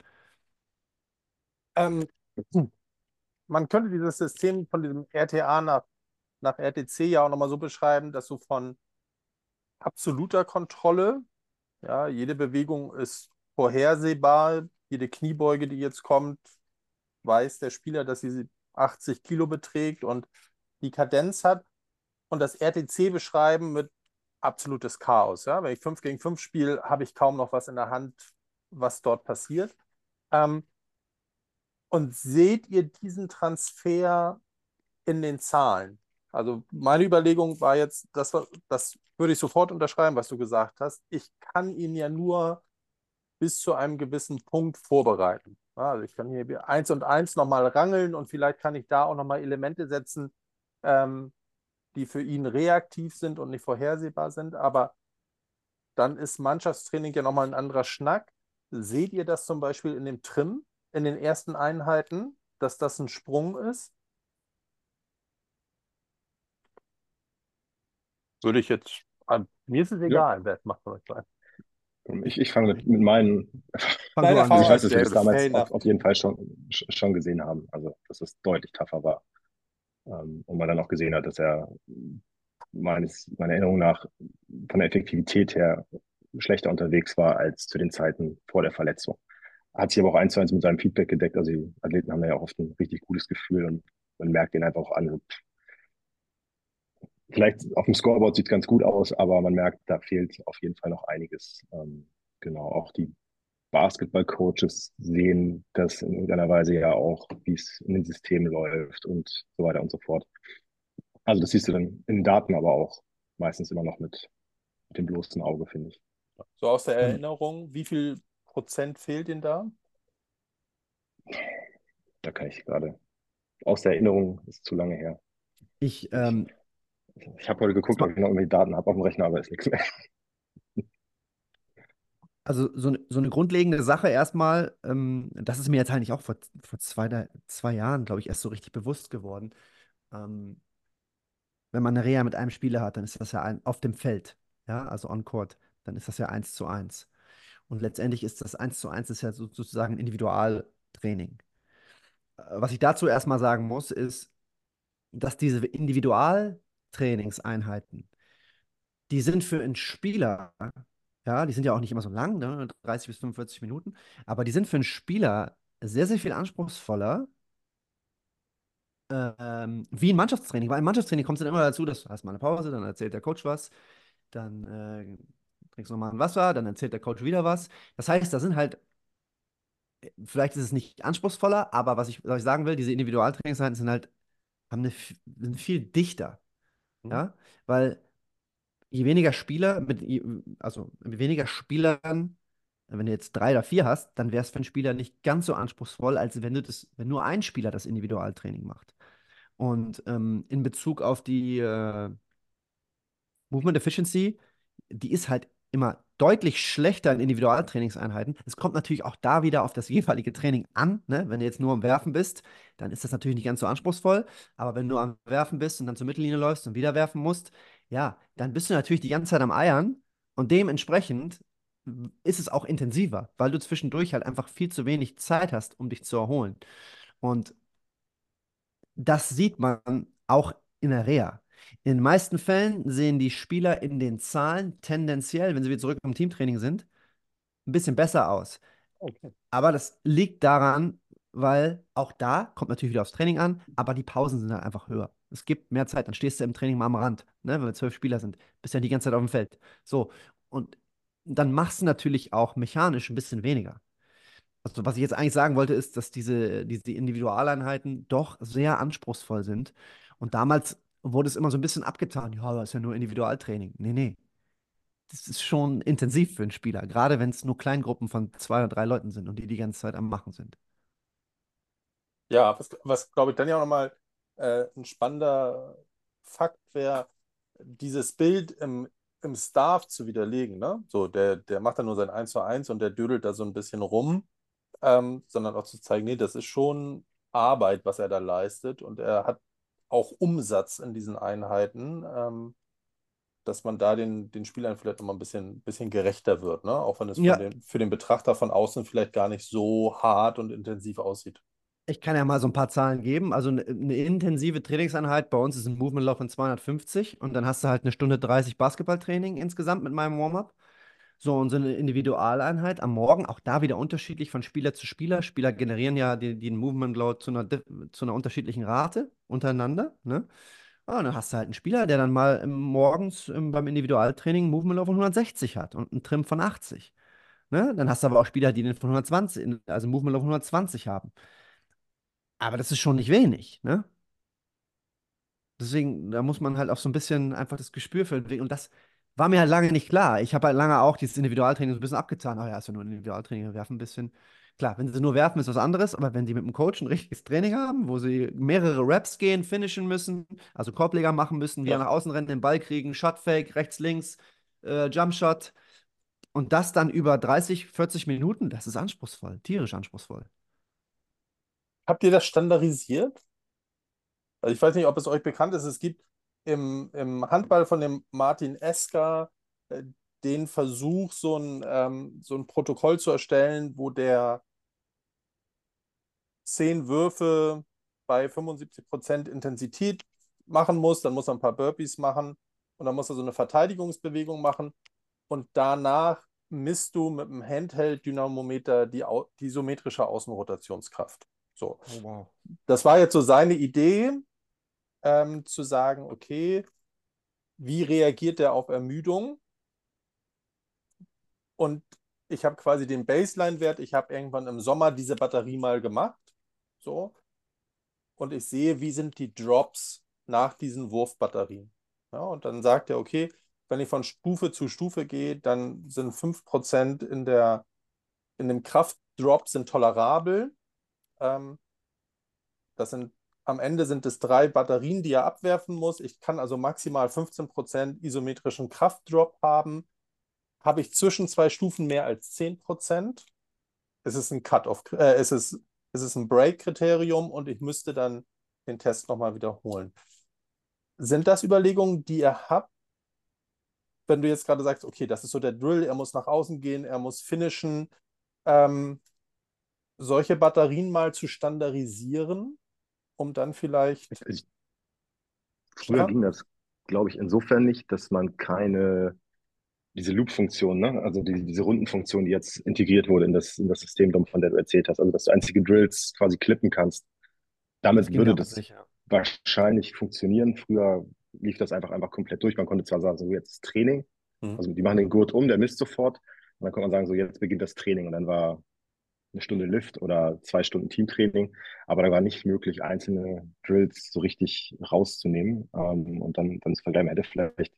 Ähm, Man könnte dieses System von diesem RTA nach RTC ja auch nochmal so beschreiben, dass du von absoluter Kontrolle, ja, jede Bewegung ist vorhersehbar, jede Kniebeuge, die jetzt kommt, weiß der Spieler, dass sie 80 Kilo beträgt und die Kadenz hat, und das RTC beschreiben mit absolutes Chaos. Ja? Wenn ich 5 gegen 5 spiele, habe ich kaum noch was in der Hand, was dort passiert. Ähm, und seht ihr diesen Transfer in den Zahlen? Also meine Überlegung war jetzt, das würde ich sofort unterschreiben, was du gesagt hast. Ich kann ihn ja nur bis zu einem gewissen Punkt vorbereiten. Ja, also ich kann hier eins und eins nochmal rangeln und vielleicht kann ich da auch nochmal Elemente setzen, ähm, die für ihn reaktiv sind und nicht vorhersehbar sind. Aber dann ist Mannschaftstraining ja nochmal ein anderer Schnack. Seht ihr das zum Beispiel in dem Trim, in den ersten Einheiten, dass das ein Sprung ist? Würde ich jetzt, mir ist es Ja, egal, wer es macht von euch beiden. ich fange mit meinen, Fang Deine du an, also ich Erfahrung weiß, Luis. dass wir das erzählen, fair damals enough. auf jeden Fall schon gesehen haben, also dass es deutlich tougher war. Und man dann auch gesehen hat, dass er meiner Erinnerung nach von der Effektivität her schlechter unterwegs war als zu den Zeiten vor der Verletzung. Hat sich aber auch eins zu eins mit seinem Feedback gedeckt. Also die Athleten haben ja auch oft ein richtig gutes Gefühl und man merkt den einfach auch an. Vielleicht auf dem Scoreboard sieht es ganz gut aus, aber man merkt, da fehlt auf jeden Fall noch einiges. Genau, auch die Basketball-Coaches sehen das in irgendeiner Weise ja auch, wie es in den Systemen läuft und so weiter und so fort. Also das siehst du dann in den Daten, aber auch meistens immer noch mit dem bloßen Auge, finde ich. So aus der Ähm, Erinnerung, wie viel Prozent fehlt Ihnen da? Da kann ich gerade aus der Erinnerung, ist zu lange her. ich, Ich, ähm, ich habe heute jetzt geguckt, ob mal, ich noch irgendwie Daten habe auf dem Rechner, aber ist nichts mehr. also so eine grundlegende Sache erstmal, das ist mir jetzt eigentlich auch vor 2 Jahren, glaube ich, erst so richtig bewusst geworden. Ähm, Wenn man eine Reha mit einem Spieler hat, dann ist das ja auf dem Feld, ja, also on Court, dann ist das ja 1:1. Und letztendlich ist das 1:1 ist ja sozusagen Individualtraining. Was ich dazu erstmal sagen muss, ist, dass diese Individualtrainingseinheiten, die sind für einen Spieler, ja, die sind ja auch nicht immer so lang, ne, 30 bis 45 Minuten, aber die sind für einen Spieler sehr, sehr viel anspruchsvoller wie ein Mannschaftstraining. Weil im Mannschaftstraining kommt es dann immer dazu, dass du hast mal eine Pause, dann erzählt der Coach was. dann trinkst du nochmal ein Wasser, dann erzählt der Coach wieder was. Das heißt, da sind halt, vielleicht ist es nicht anspruchsvoller, aber was ich sagen will, diese Individualtrainingseinheiten sind viel dichter, Hm? ja, weil je weniger Spieler, also mit weniger Spielern, wenn du jetzt 3 oder 4 hast, dann wäre es für einen Spieler nicht ganz so anspruchsvoll, als wenn nur ein Spieler das Individualtraining macht. Und in Bezug auf die Movement Efficiency, die ist halt immer deutlich schlechter in Individualtrainingseinheiten. Es kommt natürlich auch da wieder auf das jeweilige Training an. Ne? Wenn du jetzt nur am Werfen bist, dann ist das natürlich nicht ganz so anspruchsvoll. Aber wenn du am Werfen bist und dann zur Mittellinie läufst und wieder werfen musst, ja, dann bist du natürlich die ganze Zeit am Eiern. Und dementsprechend ist es auch intensiver, weil du zwischendurch halt einfach viel zu wenig Zeit hast, um dich zu erholen. Und das sieht man auch in der Reha. In den meisten Fällen sehen die Spieler in den Zahlen tendenziell, wenn sie wieder zurück im Teamtraining sind, ein bisschen besser aus. Okay. Aber das liegt daran, weil auch da kommt natürlich wieder aufs Training an, aber die Pausen sind halt einfach höher. Es gibt mehr Zeit, dann stehst du im Training mal am Rand, ne, wenn wir 12 Spieler sind, bist ja die ganze Zeit auf dem Feld. So, und dann machst du natürlich auch mechanisch ein bisschen weniger. Also, was ich jetzt eigentlich sagen wollte, ist, dass diese Individualeinheiten doch sehr anspruchsvoll sind. Und damals wurde es immer so ein bisschen abgetan. Ja, das ist ja nur Individualtraining. Nee, nee. Das ist schon intensiv für einen Spieler, gerade wenn es nur Kleingruppen von 2 oder 3 Leuten sind und die ganze Zeit am Machen sind. Ja, was glaube ich dann ja auch nochmal ein spannender Fakt wäre, dieses Bild im Staff zu widerlegen. Ne? So, der macht dann nur sein 1:1 und der dödelt da so ein bisschen rum, sondern auch zu zeigen, nee, das ist schon Arbeit, was er da leistet und er hat auch Umsatz in diesen Einheiten, dass man da den Spielern vielleicht nochmal ein bisschen gerechter wird, ne? Auch wenn es Ja, für den Betrachter von außen vielleicht gar nicht so hart und intensiv aussieht. ich kann ja mal so ein paar Zahlen geben. Also eine intensive Trainingseinheit bei uns ist ein Movement Law von 250 und dann hast du halt 1 Stunde 30 Basketballtraining insgesamt mit meinem Warm-up. So, und so eine Individualeinheit am Morgen, auch da wieder unterschiedlich von Spieler zu Spieler. Spieler generieren ja den Movement Load zu einer unterschiedlichen Rate untereinander. Ne? Ah, und dann hast du halt einen Spieler, der dann mal morgens beim Individualtraining einen Movement Load von 160 hat und einen Trim von 80. Ne? Dann hast du aber auch Spieler, die den von 120, also Movement Load von 120 haben. Aber das ist schon nicht wenig. Ne? Deswegen, da muss man halt auch so ein bisschen einfach das Gespür für entwickeln. Und das war mir halt lange nicht klar. Ich habe halt lange auch dieses Individualtraining so ein bisschen abgetan. Ah ja, ist ja nur ein Individualtraining, wir werfen ein bisschen. Klar, wenn sie nur werfen, ist was anderes, aber wenn die mit dem Coach ein richtiges Training haben, wo sie mehrere Reps gehen, finishen müssen, also Korbleger machen müssen, wieder Ja. nach außen rennen, den Ball kriegen, Shotfake, rechts, links, Jumpshot und das dann über 30, 40 Minuten, das ist anspruchsvoll, tierisch anspruchsvoll. Habt ihr das standardisiert? Also ich weiß nicht, ob es euch bekannt ist, es gibt im Handball von dem Martin Esker äh, den Versuch, so ein Protokoll zu erstellen, wo der 10 Würfe bei 75% Intensität machen muss, dann muss er ein paar Burpees machen und dann muss er so eine Verteidigungsbewegung machen und danach misst du mit dem Handheld-Dynamometer die isometrische Außenrotationskraft. So. Oh, wow. Das war jetzt so seine Idee, zu sagen, okay, wie reagiert der auf Ermüdung? Und ich habe quasi den Baseline-Wert, ich habe irgendwann im Sommer diese Batterie mal gemacht. So. Und ich sehe, wie sind die Drops nach diesen Wurfbatterien. Ja, und dann sagt er, okay, wenn ich von Stufe zu Stufe gehe, dann sind 5% in dem Kraftdrop sind tolerabel. Ähm, am Ende sind es 3 Batterien, die er abwerfen muss. Ich kann also maximal 15% isometrischen Kraftdrop haben. Habe ich zwischen 2 Stufen mehr als 10%, ist es ein Cut-off, ist es ein Break-Kriterium und ich müsste dann den Test nochmal wiederholen. Sind das Überlegungen, die ihr habt, wenn du jetzt gerade sagst, okay, das ist so der Drill, er muss nach außen gehen, er muss finishen, ähm, solche Batterien mal zu standardisieren, um dann vielleicht, Ich, früher ja, ging das, glaube ich, insofern nicht, dass man diese Loop-Funktion, ne? Also diese Rundenfunktion, die jetzt integriert wurde in das System, von der du erzählt hast, also dass du einzige Drills quasi klippen kannst. Das Damit ging würde damals das nicht, ja. wahrscheinlich funktionieren. Früher lief das einfach komplett durch. Man konnte zwar sagen, so jetzt ist Training, Mhm. Also die machen den Gurt um, der misst sofort. Und dann kann man sagen, so jetzt beginnt das Training. Und dann war eine Stunde Lift oder 2 Stunden Teamtraining. Aber da war nicht möglich, einzelne Drills so richtig rauszunehmen. Und dann zu vergleichen, man hätte vielleicht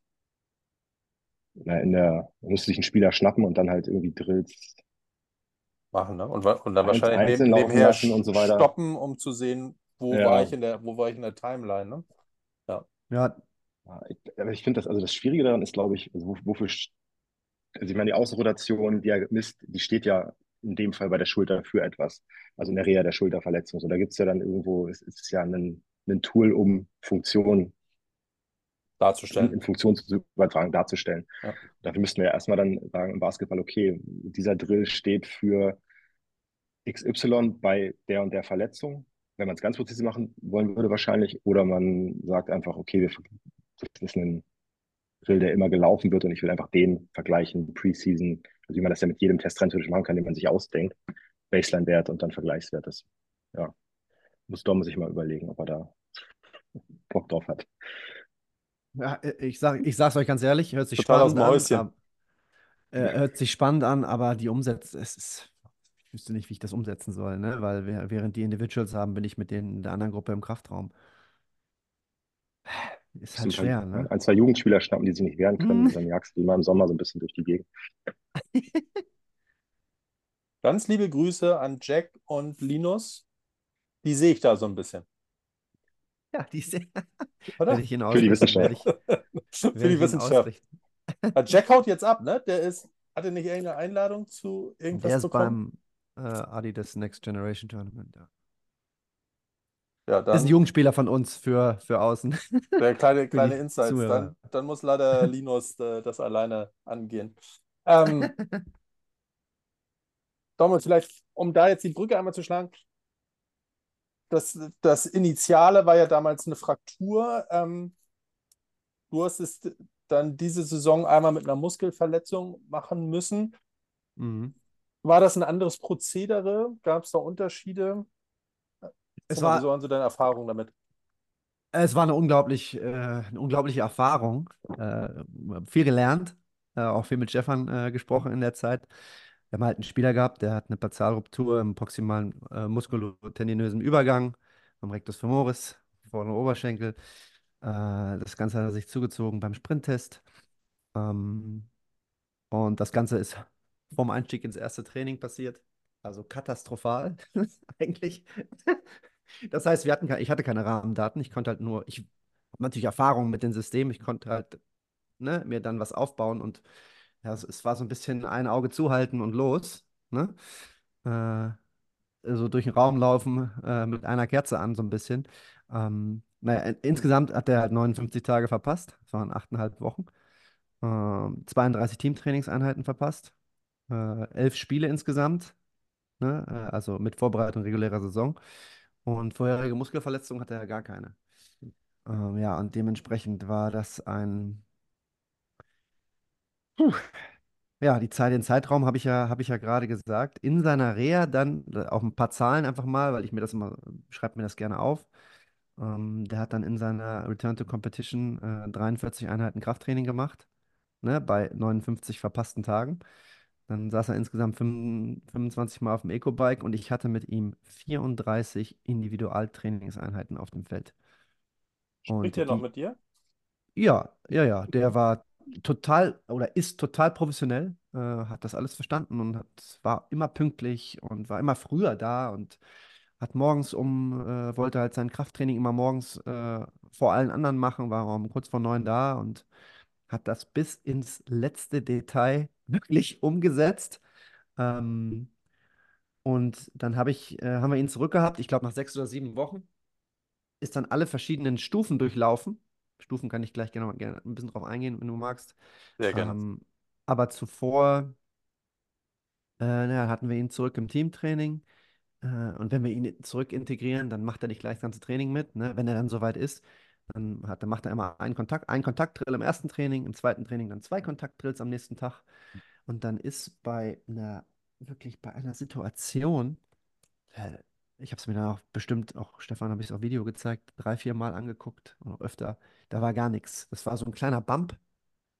man müsste sich einen Spieler schnappen und dann halt irgendwie Drills Machen, ne? Und dann wahrscheinlich einzeln laufen nebenher lassen und so weiter. stoppen, um zu sehen, Ja, wo war ich in der Timeline, ne? Ja. Ja, ja, aber ich finde das, also das Schwierige daran ist, glaube ich, also also ich meine, die Außenrotation, die er misst, die steht ja in dem Fall bei der Schulter für etwas. Also in der Reha der Schulterverletzung. So, da gibt es ja dann irgendwo, es ist ja ein Tool, um Funktion Darzustellen. in Funktion zu übertragen, darzustellen. Ja. Dafür müssten wir ja erstmal dann sagen im Basketball, okay, dieser Drill steht für XY bei der und der Verletzung, wenn man es ganz präzise machen wollen würde wahrscheinlich, oder man sagt einfach, okay, das ist ein Drill, der immer gelaufen wird und ich will einfach den vergleichen, Preseason, also wie man das ja mit jedem Test rein theoretisch machen kann, den man sich ausdenkt, Baseline-Wert und dann Vergleichswert. Das, ja, muss Dom sich mal überlegen, ob er da Bock drauf hat. ja, ich sag's euch ganz ehrlich, Total aus dem Häuschen. hört sich spannend an, aber die Umsetzung, ich wüsste nicht, wie ich das umsetzen soll, ne? Weil während die Individuals haben, bin ich mit denen in der anderen Gruppe im Kraftraum. Ist So halt schwer, ne? ein, zwei Jugendspieler schnappen, die sich nicht wehren können Hm. und dann jagst du die mal im Sommer so ein bisschen durch die Gegend. Ganz liebe Grüße an Jack und Linus. Die sehe ich da so ein bisschen, Ja, werde oder? ich ihn Für die ausrichten, Wissenschaft. Für werde die ich ihn Wissenschaft. ausrichten. Jack haut jetzt ab, ne? Hatte nicht irgendeine Einladung zu Der irgendwas ist bekommen? beim Adidas Next Generation Tournament, ja. Ja, Ist ein dann Jugendspieler von uns für außen, der für kleine die Insights. Zuhörer. Dann muss leider Linus das alleine angehen. Ähm, Dommel, vielleicht, um da jetzt die Brücke einmal zu schlagen, das Initiale war ja damals eine Fraktur. Du hast es dann diese Saison einmal mit einer Muskelverletzung machen müssen. Mhm. War das ein anderes Prozedere? Gab es da Unterschiede? Es Sag mal, wieso war, waren so deine Erfahrungen damit? es war eine unglaubliche Erfahrung. Viel gelernt, auch viel mit Stefan gesprochen in der Zeit. Wir haben halt einen Spieler gehabt, der hat eine Partialruptur im proximalen muskulotendinösen Übergang am Rectus femoris, vorderen Oberschenkel. Das Ganze hat er sich zugezogen beim Sprinttest. Ähm, und das Ganze ist vorm Einstieg ins erste Training passiert. Also katastrophal eigentlich. Das heißt, ich hatte keine Rahmendaten. Ich habe natürlich Erfahrung mit den Systemen. Ich konnte halt, ne, mir dann was aufbauen und ja, es war so ein bisschen ein Auge zuhalten und los. Ne? Äh, so durch den Raum laufen mit einer Kerze an, so ein bisschen. Naja, insgesamt hat er halt 59 Tage verpasst. Das waren 8,5 Wochen. 32 Teamtrainingseinheiten verpasst. 11 Spiele insgesamt, ne? Also mit Vorbereitung regulärer Saison. Und vorherige Muskelverletzungen hatte er gar keine. Ja, und dementsprechend war das puh, ja, den Zeitraum habe ich ja gerade gesagt. In seiner Reha dann auch ein paar Zahlen einfach mal, weil ich mir das immer, schreibe mir das gerne auf. Der hat dann in seiner Return to Competition 43 Einheiten Krafttraining gemacht, ne, bei 59 verpassten Tagen. Dann saß er insgesamt 25 Mal auf dem Eco-Bike und ich hatte mit ihm 34 Individualtrainingseinheiten auf dem Feld. Spricht er Und noch mit dir? ja, der war total oder ist total professionell, hat das alles verstanden und war immer pünktlich und war immer früher da und hat wollte halt sein Krafttraining immer morgens vor allen anderen machen, war um kurz vor 9 da und hat das bis ins letzte Detail wirklich umgesetzt. Ähm, und dann haben wir ihn zurückgehabt, ich glaube nach 6 oder 7 Wochen, ist dann alle verschiedenen Stufen durchlaufen. Stufen kann ich gleich gerne ein bisschen drauf eingehen, wenn du magst. Sehr gerne. Ähm, aber zuvor naja, hatten wir ihn zurück im Teamtraining. Und wenn wir ihn zurück integrieren, dann macht er nicht gleich das ganze Training mit. Ne? Wenn er dann soweit ist, dann macht er immer einen Kontaktdrill im ersten Training, im zweiten Training dann 2 Kontaktdrills am nächsten Tag. Und dann ist wirklich bei einer Situation, äh, ich habe es mir dann auch bestimmt, auch Stefan habe ich es auf Video gezeigt, 3, 4 Mal angeguckt und auch öfter, da war gar nichts. Das war so ein kleiner Bump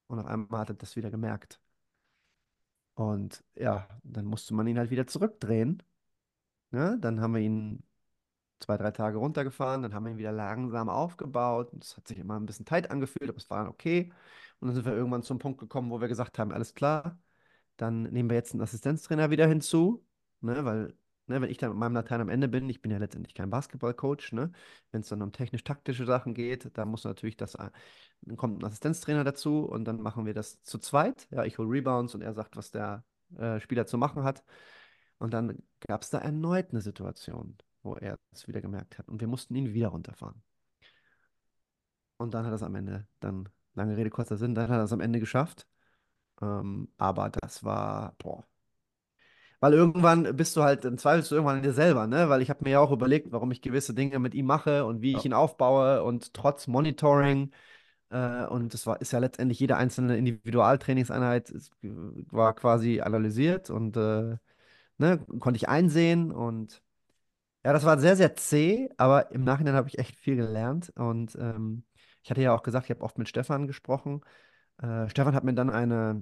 Und auf einmal hat er das wieder gemerkt. Und ja, dann musste man ihn halt wieder zurückdrehen. Ne? Dann haben wir ihn 2, 3 Tage runtergefahren, dann haben wir ihn wieder langsam aufgebaut. Und das hat sich immer ein bisschen tight angefühlt, aber es war dann okay. Und dann sind wir irgendwann zum Punkt gekommen, wo wir gesagt haben, alles klar, dann nehmen wir jetzt einen Assistenztrainer wieder hinzu, ne? Weil, ne, wenn ich dann mit meinem Latein am Ende bin, ich bin ja letztendlich kein Basketballcoach, ne? Wenn es dann um technisch-taktische Sachen geht, da muss natürlich dann kommt ein Assistenztrainer dazu und dann machen wir das zu zweit. Ja, ich hole Rebounds und er sagt, was der Spieler zu machen hat. Und dann gab es da erneut eine Situation, wo er es wieder gemerkt hat und wir mussten ihn wieder runterfahren. Und dann hat er es am Ende, dann, lange Rede, kurzer Sinn, dann hat er es am Ende geschafft. Aber das war, boah. Weil irgendwann bist du halt, dann zweifelst du irgendwann an dir selber, ne? Weil ich habe mir ja auch überlegt, warum ich gewisse Dinge mit ihm mache und wie ich Ja. ihn aufbaue und trotz Monitoring. Und ist ja letztendlich jede einzelne Individualtrainingseinheit war quasi analysiert und ne, konnte ich einsehen. Und ja, das war sehr, sehr zäh, aber im Nachhinein habe ich echt viel gelernt. Und ich hatte ja auch gesagt, ich habe oft mit Stefan gesprochen. Stefan hat mir dann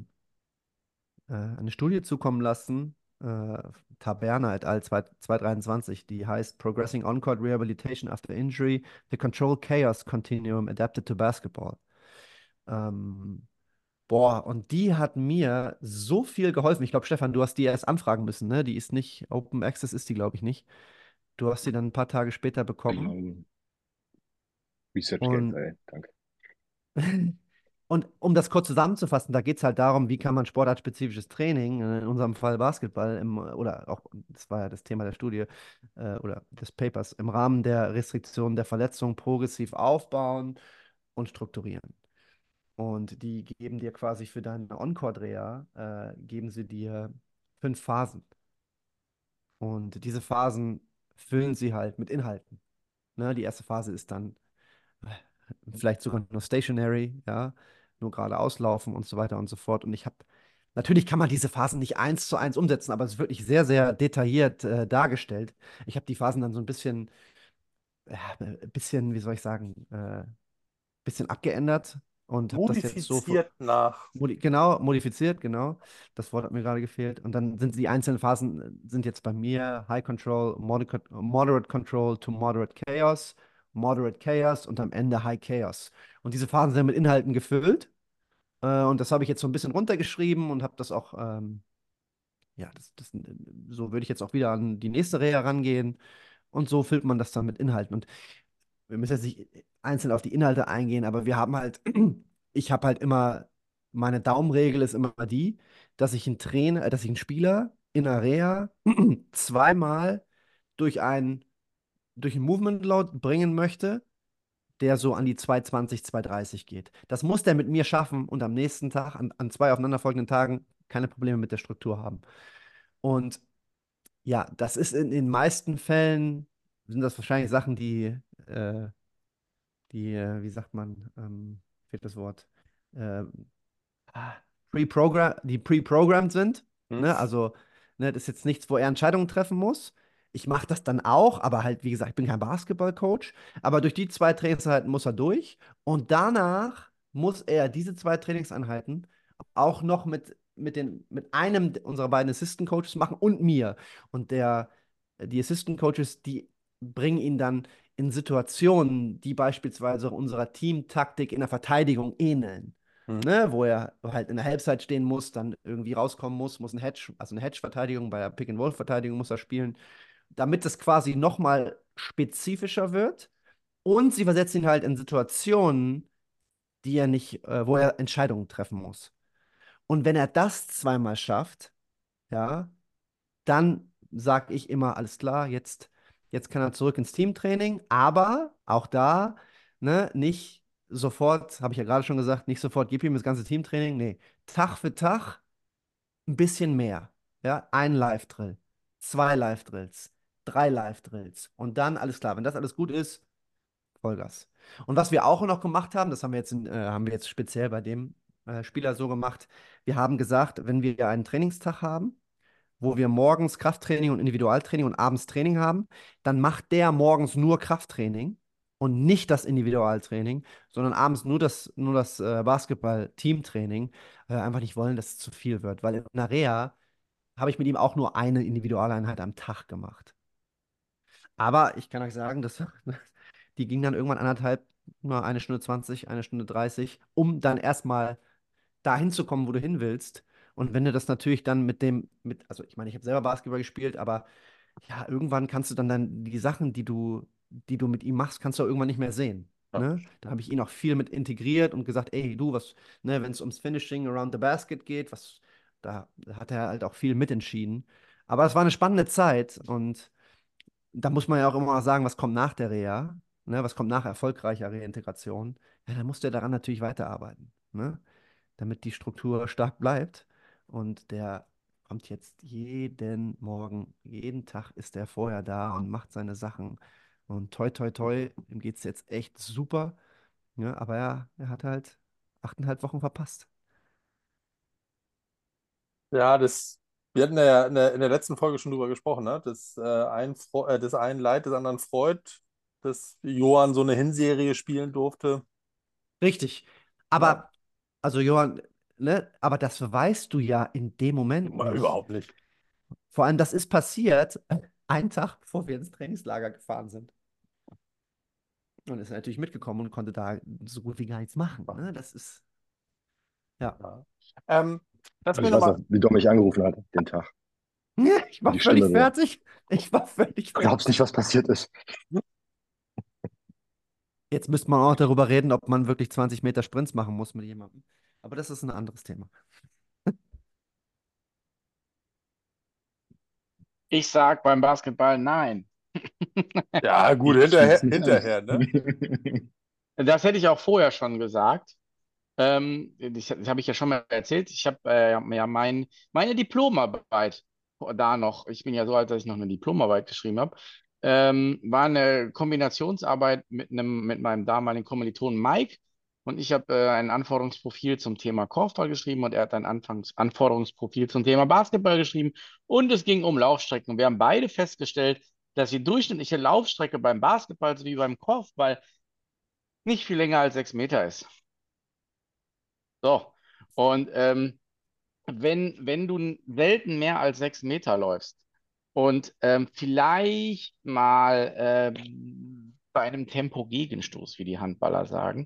eine Studie zukommen lassen, Taberner et al. 2023, die heißt Progressing On-Court Rehabilitation After Injury, the Control Chaos Continuum Adapted to Basketball. Ähm, Boah, und die hat mir so viel geholfen. Ich glaube, Stefan, du hast die erst anfragen müssen, ne? Die ist nicht, Open Access ist die, glaube ich, nicht. Du hast sie dann ein paar Tage später bekommen. Ähm, ResearchGate, Und danke. Und um das kurz zusammenzufassen, da geht es halt darum, wie kann man sportartspezifisches Training, in unserem Fall Basketball, oder auch, das war ja das Thema der Studie oder des Papers, im Rahmen der Restriktion der Verletzung progressiv aufbauen und strukturieren. Und die geben dir quasi für deine On-Court-Reha, geben sie dir 5 Phasen. Und diese Phasen füllen sie halt mit Inhalten. Ne? Die erste Phase ist dann vielleicht sogar nur stationary, ja, nur geradeaus laufen und so weiter und so fort. Und natürlich kann man diese Phasen nicht 1:1 umsetzen, aber es ist wirklich sehr, sehr detailliert dargestellt. Ich habe die Phasen dann so ein bisschen, wie soll ich sagen, bisschen abgeändert und habe das jetzt so Modifiziert nach. genau, modifiziert, genau. Das Wort hat mir gerade gefehlt. Und dann sind die einzelnen Phasen sind jetzt bei mir High Control, Moderate Control to Moderate Chaos und am Ende High Chaos. Und diese Phasen sind mit Inhalten gefüllt. Und das habe ich jetzt so ein bisschen runtergeschrieben und habe das auch, ja, so würde ich jetzt auch wieder an die nächste Reha rangehen. Und so füllt man das dann mit Inhalten. Und wir müssen jetzt nicht einzeln auf die Inhalte eingehen, aber wir haben halt, ich habe halt immer, meine Daumenregel ist immer die, dass ich einen Spieler in einer Reha zweimal durch ein Movement Load bringen möchte, der so an die 220, 230 geht. Das muss der mit mir schaffen und am nächsten Tag, an 2 aufeinanderfolgenden Tagen, keine Probleme mit der Struktur haben. Und ja, das ist in den meisten Fällen, sind das wahrscheinlich Sachen, äh, wie sagt man, fehlt das Wort, äh, ah, die pre-programmed sind. Hm? Ne? Also, ne, das ist jetzt nichts, wo er Entscheidungen treffen muss. Ich mache das dann auch, aber halt, wie gesagt, ich bin kein Basketballcoach. Aber durch die 2 Trainingseinheiten muss er durch. Und danach muss er diese 2 Trainingseinheiten auch noch mit einem unserer beiden Assistant Coaches machen und mir. Und die Assistant Coaches, die bringen ihn dann in Situationen, die beispielsweise unserer Teamtaktik in der Verteidigung ähneln. Hm. Ne, wo er halt in der Halbzeit stehen muss, dann irgendwie rauskommen muss ein Hedge, also eine Hedge-Verteidigung, bei der Pick-and-Roll-Verteidigung muss er spielen, damit es quasi nochmal spezifischer wird. Und sie versetzen ihn halt in Situationen, wo er Entscheidungen treffen muss. Und wenn er das zweimal schafft, ja, dann sage ich immer, alles klar, jetzt kann er zurück ins Teamtraining, aber auch da, ne, nicht sofort, habe ich ja gerade schon gesagt, nicht sofort, gib ihm das ganze Teamtraining, nee, Tag für Tag ein bisschen mehr, ja, ein Live-Drill, 2 Live-Drills, 3 Live-Drills und dann, alles klar, wenn das alles gut ist, Vollgas. Und was wir auch noch gemacht haben, das haben wir jetzt speziell bei dem Spieler so gemacht, wir haben gesagt, wenn wir einen Trainingstag haben, wo wir morgens Krafttraining und Individualtraining und abends Training haben, dann macht der morgens nur Krafttraining und nicht das Individualtraining, sondern abends nur das Basketball-Teamtraining, einfach nicht wollen, dass es zu viel wird. Weil in der Reha habe ich mit ihm auch nur eine Individualeinheit am Tag gemacht. Aber ich kann euch sagen, die ging dann irgendwann anderthalb, nur 1 Stunde 20, 1 Stunde 30, um dann erstmal dahin zu kommen, wo du hin willst. Und wenn du das natürlich dann also ich meine, ich habe selber Basketball gespielt, aber ja, irgendwann kannst du dann die Sachen, die du mit ihm machst, kannst du auch irgendwann nicht mehr sehen. Ja. Ne? Da habe ich ihn auch viel mit integriert und gesagt, ey, du, ne, wenn es ums Finishing around the basket geht, da hat er halt auch viel mitentschieden. Aber es war eine spannende Zeit und da muss man ja auch immer mal sagen, was kommt nach der Reha, ne? Was kommt nach erfolgreicher Reintegration? Ja, dann musst du ja daran natürlich weiterarbeiten, ne? Damit die Struktur stark bleibt. Und der kommt jetzt jeden Morgen, jeden Tag ist er vorher da und macht seine Sachen. Und toi, toi, toi, ihm geht es jetzt echt super. Ja, aber er hat halt 8,5 Wochen verpasst. Ja, wir hatten ja in der letzten Folge schon drüber gesprochen, ne? Das einen Leid, des anderen Freud, dass Johann so eine Hinserie spielen durfte. Richtig. Ja, Aber, also Johann, ne, aber das weißt du ja in dem Moment nicht. überhaupt nicht. Vor allem, das ist passiert einen Tag, bevor wir ins Trainingslager gefahren sind. Und ist natürlich mitgekommen und konnte da so gut wie gar nichts machen. Ne? Das ist, ja. Ja. Ähm, lass Also mir ich weiß nochmal. noch, wie Dom mich angerufen hat, den Tag, Ich wo war die völlig Stimme so, fertig. Ich war völlig du glaubst fertig. nicht, was passiert ist. Jetzt müsste man auch darüber reden, ob man wirklich 20 Meter Sprints machen muss mit jemandem. Aber das ist ein anderes Thema. Ich sag beim Basketball nein. Ja, gut, Ich schließe es hinterher, nicht aus. hinterher, ne? Das hätte ich auch vorher schon gesagt. Das habe ich ja schon mal erzählt. Ich habe ja meine Diplomarbeit da noch, ich bin ja so alt, dass ich noch eine Diplomarbeit geschrieben habe, war eine Kombinationsarbeit mit meinem damaligen Kommilitonen Mike. Und ich habe ein Anforderungsprofil zum Thema Korfball geschrieben und er hat ein Anforderungsprofil zum Thema Basketball geschrieben. Und es ging um Laufstrecken. Und wir haben beide festgestellt, dass die durchschnittliche Laufstrecke beim Basketball sowie beim Korfball nicht viel länger als 6 Meter ist. So. Und wenn du selten mehr als 6 Meter läufst und vielleicht mal bei einem Tempo-Gegenstoß, wie die Handballer sagen,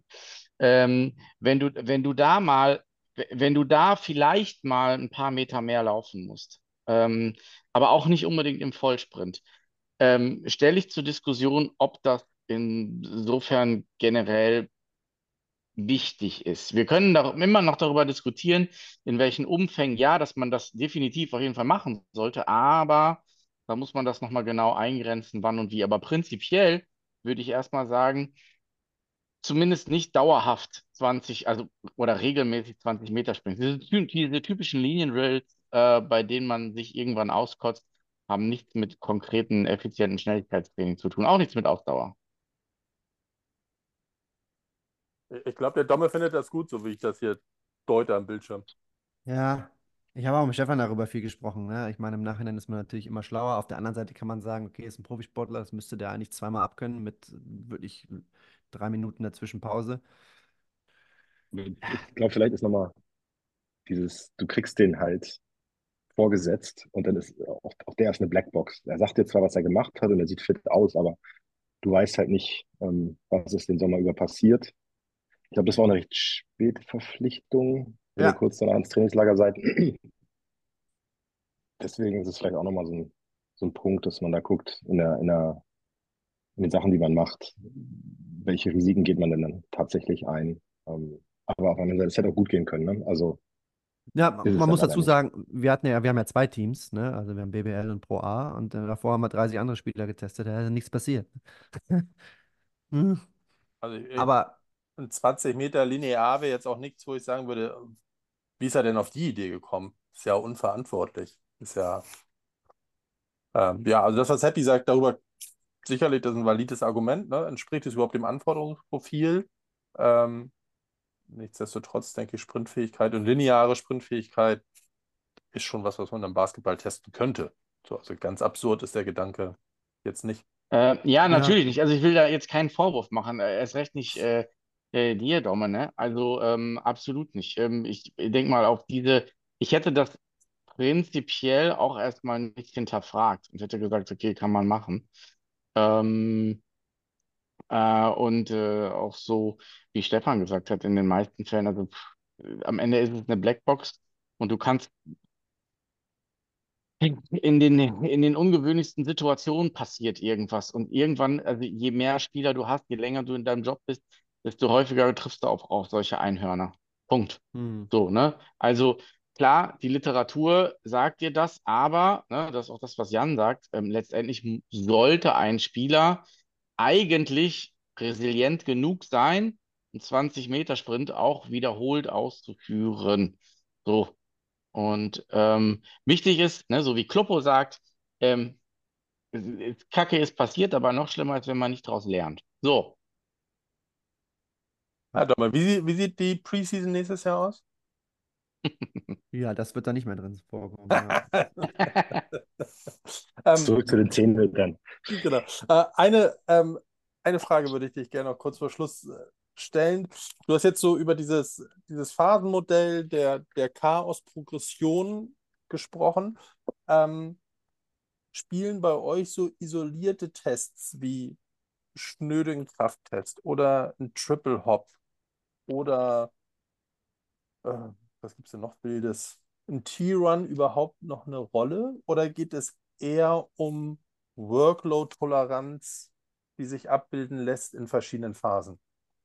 wenn du da vielleicht mal ein paar Meter mehr laufen musst, aber auch nicht unbedingt im Vollsprint, stelle ich zur Diskussion, ob das insofern generell wichtig ist. Wir können da immer noch darüber diskutieren, in welchen Umfängen, ja, dass man das definitiv auf jeden Fall machen sollte, aber da muss man das nochmal genau eingrenzen, wann und wie. Aber prinzipiell würde ich erstmal sagen, zumindest nicht dauerhaft 20, also oder regelmäßig 20 Meter springen. Diese typischen Linienrails, bei denen man sich irgendwann auskotzt, haben nichts mit konkreten, effizienten Schnelligkeitstraining zu tun, auch nichts mit Ausdauer. Ich glaube, der Domme findet das gut, so wie ich das hier deute am Bildschirm. Ja, ich habe auch mit Stefan darüber viel gesprochen. Ne? Ich meine, im Nachhinein ist man natürlich immer schlauer. Auf der anderen Seite kann man sagen, okay, ist ein Profisportler, das müsste der eigentlich zweimal abkönnen mit wirklich 3 Minuten dazwischen Pause. Ich glaube, vielleicht ist nochmal du kriegst den halt vorgesetzt und dann ist auch der ist eine Blackbox. Er sagt dir zwar, was er gemacht hat und er sieht fit aus, aber du weißt halt nicht, was ist den Sommer über passiert. Ich glaube, das war eine recht späte Verpflichtung, wo ihr Ja, kurz danach ins Trainingslager seid. Deswegen ist es vielleicht auch nochmal so ein Punkt, dass man da guckt in den Sachen, die man macht, welche Risiken geht man denn dann tatsächlich ein. Aber auf der anderen Seite, es hätte auch gut gehen können, ne? Also ja, ist es man ja muss leider dazu nicht. sagen, wir haben ja zwei Teams, ne? Also wir haben BBL und Pro A und davor haben wir 30 andere Spieler getestet, da ist nichts passiert. Hm. Also Aber ein 20 Meter linear wäre jetzt auch nichts, wo ich sagen würde, wie ist er denn auf die Idee gekommen? Ist ja unverantwortlich. Ist ja, ja, also das, was Happy sagt, darüber sicherlich, das ist ein valides Argument, ne? Entspricht es überhaupt dem Anforderungsprofil? Ähm, nichtsdestotrotz denke ich, Sprintfähigkeit und lineare Sprintfähigkeit ist schon was, was man im Basketball testen könnte. So, also ganz absurd ist der Gedanke jetzt nicht. Ja, Ja, natürlich nicht. Also ich will da jetzt keinen Vorwurf machen, erst recht nicht dir, Domme, ne? Also absolut nicht. Ich denke mal ich hätte das prinzipiell auch erstmal nicht hinterfragt und hätte gesagt, okay, kann man machen. Ähm, und auch so, wie Stefan gesagt hat, in den meisten Fällen, also am Ende ist es eine Blackbox und du kannst in den ungewöhnlichsten Situationen passiert irgendwas. Und irgendwann, also je mehr Spieler du hast, je länger du in deinem Job bist, desto häufiger triffst du auf solche Einhörner. Punkt. hm. So, ne? Also klar, die Literatur sagt dir das, aber, ne, das ist auch das, was Jan sagt, letztendlich sollte ein Spieler eigentlich resilient genug sein, einen 20-Meter-Sprint auch wiederholt auszuführen. So. Und wichtig ist, ne, so wie Kloppo sagt, ähm, Kacke ist passiert, aber noch schlimmer ist, wenn man nicht daraus lernt. So. Ja, Domme, wie sieht die Preseason nächstes Jahr aus? Ja, das wird da nicht mehr drin vorkommen, ja. Ähm, Zurück zu den 10 Metern. genau. Eine Frage würde ich dich gerne noch kurz vor Schluss stellen. Du hast jetzt so über dieses Phasenmodell der Chaos-Progression gesprochen. Ähm, Spielen bei euch so isolierte Tests wie Schnöden-Krafttest oder ein Triple Hop oder was gibt es denn noch Wildes? Ein T-Run überhaupt noch eine Rolle oder geht es eher um Workload-Toleranz, die sich abbilden lässt in verschiedenen Phasen?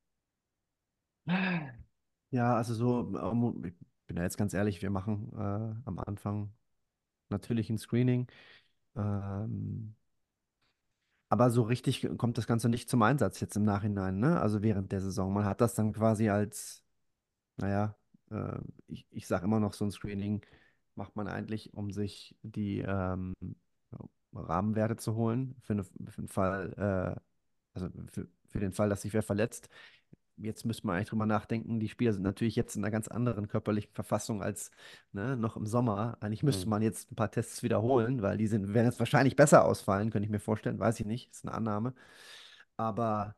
Ja, also so, ich bin da jetzt ganz ehrlich, wir machen am Anfang natürlich ein Screening, ähm, aber so richtig kommt das Ganze nicht zum Einsatz jetzt im Nachhinein, ne? Also während der Saison. Man hat das dann quasi als, naja, ich sage immer noch, so ein Screening macht man eigentlich, um sich die ja, Rahmenwerte zu holen, für den Fall, also für den Fall, dass sich wer verletzt. Jetzt müsste man eigentlich drüber nachdenken, die Spieler sind natürlich jetzt in einer ganz anderen körperlichen Verfassung als, ne, noch im Sommer. Eigentlich müsste Hm. man jetzt ein paar Tests wiederholen, weil werden jetzt wahrscheinlich besser ausfallen, könnte ich mir vorstellen, weiß ich nicht, ist eine Annahme. Aber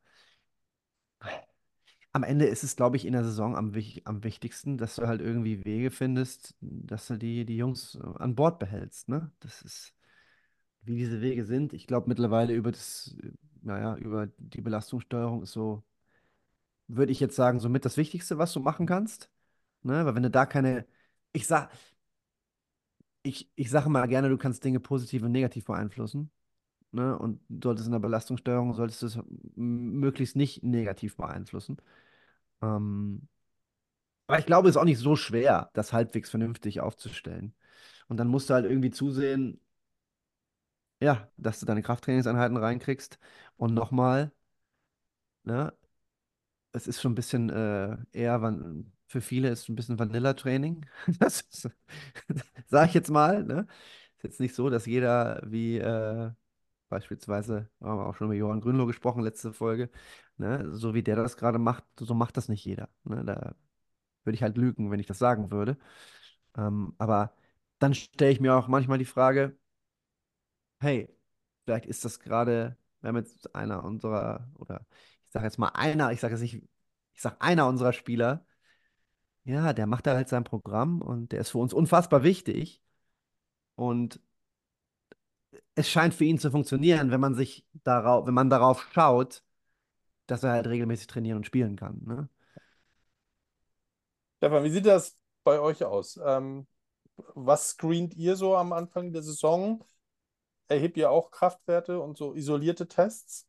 am Ende ist es, glaube ich, in der Saison am wichtigsten, dass du halt irgendwie Wege findest, dass du die Jungs an Bord behältst, ne? Das ist, wie diese Wege sind. Ich glaube mittlerweile naja, über die Belastungssteuerung ist so, würde ich jetzt sagen, somit das Wichtigste, was du machen kannst. Ne? Weil wenn du da keine, ich sag, ich sage mal gerne, du kannst Dinge positiv und negativ beeinflussen. Ne? Und du solltest in der Belastungssteuerung, solltest du es möglichst nicht negativ beeinflussen. Ähm, aber ich glaube, es ist auch nicht so schwer, das halbwegs vernünftig aufzustellen. Und dann musst du halt irgendwie zusehen, ja, dass du deine Krafttrainingseinheiten reinkriegst. Und nochmal, ne, es ist schon ein bisschen für viele ist ein bisschen Vanilla-Training. Das sage ich jetzt mal, ne? Ist jetzt nicht so, dass jeder wie beispielsweise, haben wir auch schon mit Johann Grünloh gesprochen, letzte Folge, ne? So wie der das gerade macht, so macht das nicht jeder. Ne? Da würde ich halt lügen, wenn ich das sagen würde. Aber dann stelle ich mir auch manchmal die Frage, hey, vielleicht ist das gerade, wir haben jetzt einer unserer, oder ich sage jetzt mal einer, ich sage jetzt nicht, ich sage einer unserer Spieler, ja, der macht da halt sein Programm und der ist für uns unfassbar wichtig und es scheint für ihn zu funktionieren, wenn man darauf schaut, dass er halt regelmäßig trainieren und spielen kann, ne? Stefan, wie sieht das bei euch aus? Was screent ihr so am Anfang der Saison? Erhebt ihr auch Kraftwerte und so isolierte Tests?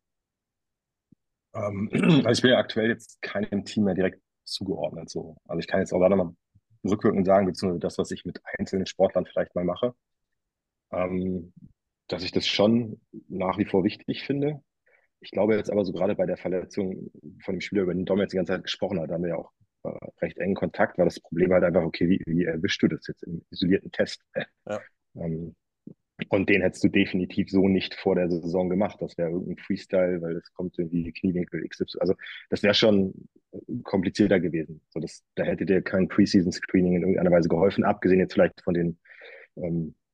Also ich bin ja aktuell jetzt keinem Team mehr direkt zugeordnet. So. Also ich kann jetzt auch gerade mal rückwirkend sagen, beziehungsweise das, was ich mit einzelnen Sportlern vielleicht mal mache, ähm, dass ich das schon nach wie vor wichtig finde. Ich glaube jetzt aber so gerade bei der Verletzung von dem Spieler, über den Dom jetzt die ganze Zeit gesprochen hat, da haben wir ja auch recht engen Kontakt, war das Problem halt einfach, okay, wie erwischst du das jetzt im isolierten Test? Ja. Ähm, und den hättest du definitiv so nicht vor der Saison gemacht. Das wäre irgendein Freestyle, weil es kommt irgendwie Kniewinkel XY. Also das wäre schon komplizierter gewesen. So, da hätte dir kein Preseason-Screening in irgendeiner Weise geholfen, abgesehen jetzt vielleicht von den ähm,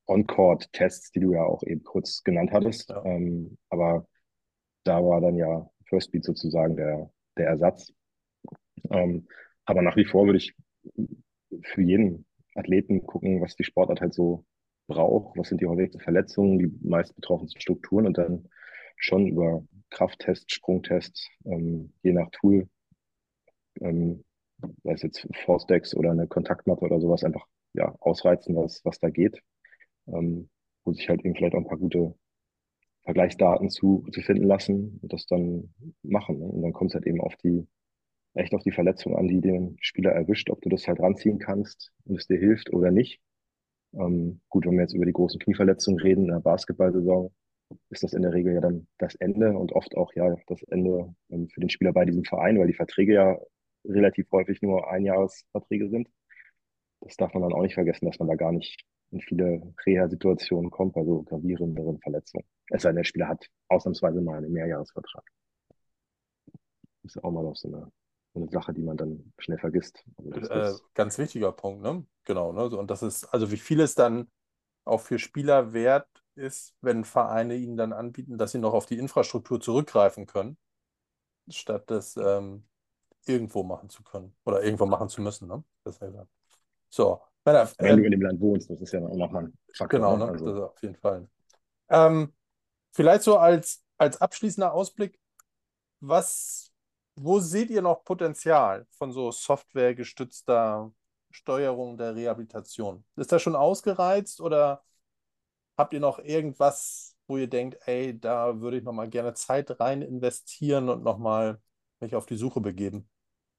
On-Court-Tests, die du ja auch eben kurz genannt hattest. Ja. Aber da war dann ja First Beat sozusagen der Ersatz. Aber nach wie vor würde ich für jeden Athleten gucken, was die Sportart halt so braucht, was sind die häufigsten Verletzungen, die meist betroffensten Strukturen und dann schon über Krafttests, Sprungtests, je nach Tool, ähm, sei es jetzt Force-Decks oder eine Kontaktmatte oder sowas, einfach ja, ausreizen, was da geht, wo sich halt eben vielleicht auch ein paar gute Vergleichsdaten zu finden lassen und das dann machen. Ne? Und dann kommt es halt eben echt auf die Verletzung an, die den Spieler erwischt, ob du das halt ranziehen kannst und es dir hilft oder nicht. Gut, wenn wir jetzt über die großen Knieverletzungen reden in der Basketballsaison, ist das in der Regel ja dann das Ende und oft auch ja das Ende für den Spieler bei diesem Verein, weil die Verträge ja relativ häufig nur Einjahresverträge sind. Das darf man dann auch nicht vergessen, dass man da gar nicht in viele Reha-Situationen kommt bei so gravierenderen Verletzungen. Es sei denn, der Spieler hat ausnahmsweise mal einen Mehrjahresvertrag. Das ist auch mal noch so eine Sache, die man dann schnell vergisst. Also Ganz wichtiger Punkt, ne? Genau, ne? Und das ist, also wie viel es dann auch für Spieler wert ist, wenn Vereine ihnen dann anbieten, dass sie noch auf die Infrastruktur zurückgreifen können, statt das irgendwo machen zu können oder irgendwo machen zu müssen, ne? Das wäre gesagt. So, Männer, wenn du in dem Land wohnst, das ist ja auch nochmal ein Faktor. genau, Ne? ne? Das Also, ist auf jeden Fall. Ähm, Vielleicht so als abschließender Ausblick, was, wo seht ihr noch Potenzial von so softwaregestützter Steuerung der Rehabilitation? Ist das schon ausgereizt oder habt ihr noch irgendwas, wo ihr denkt, ey, da würde ich noch mal gerne Zeit rein investieren und noch mal mich auf die Suche begeben?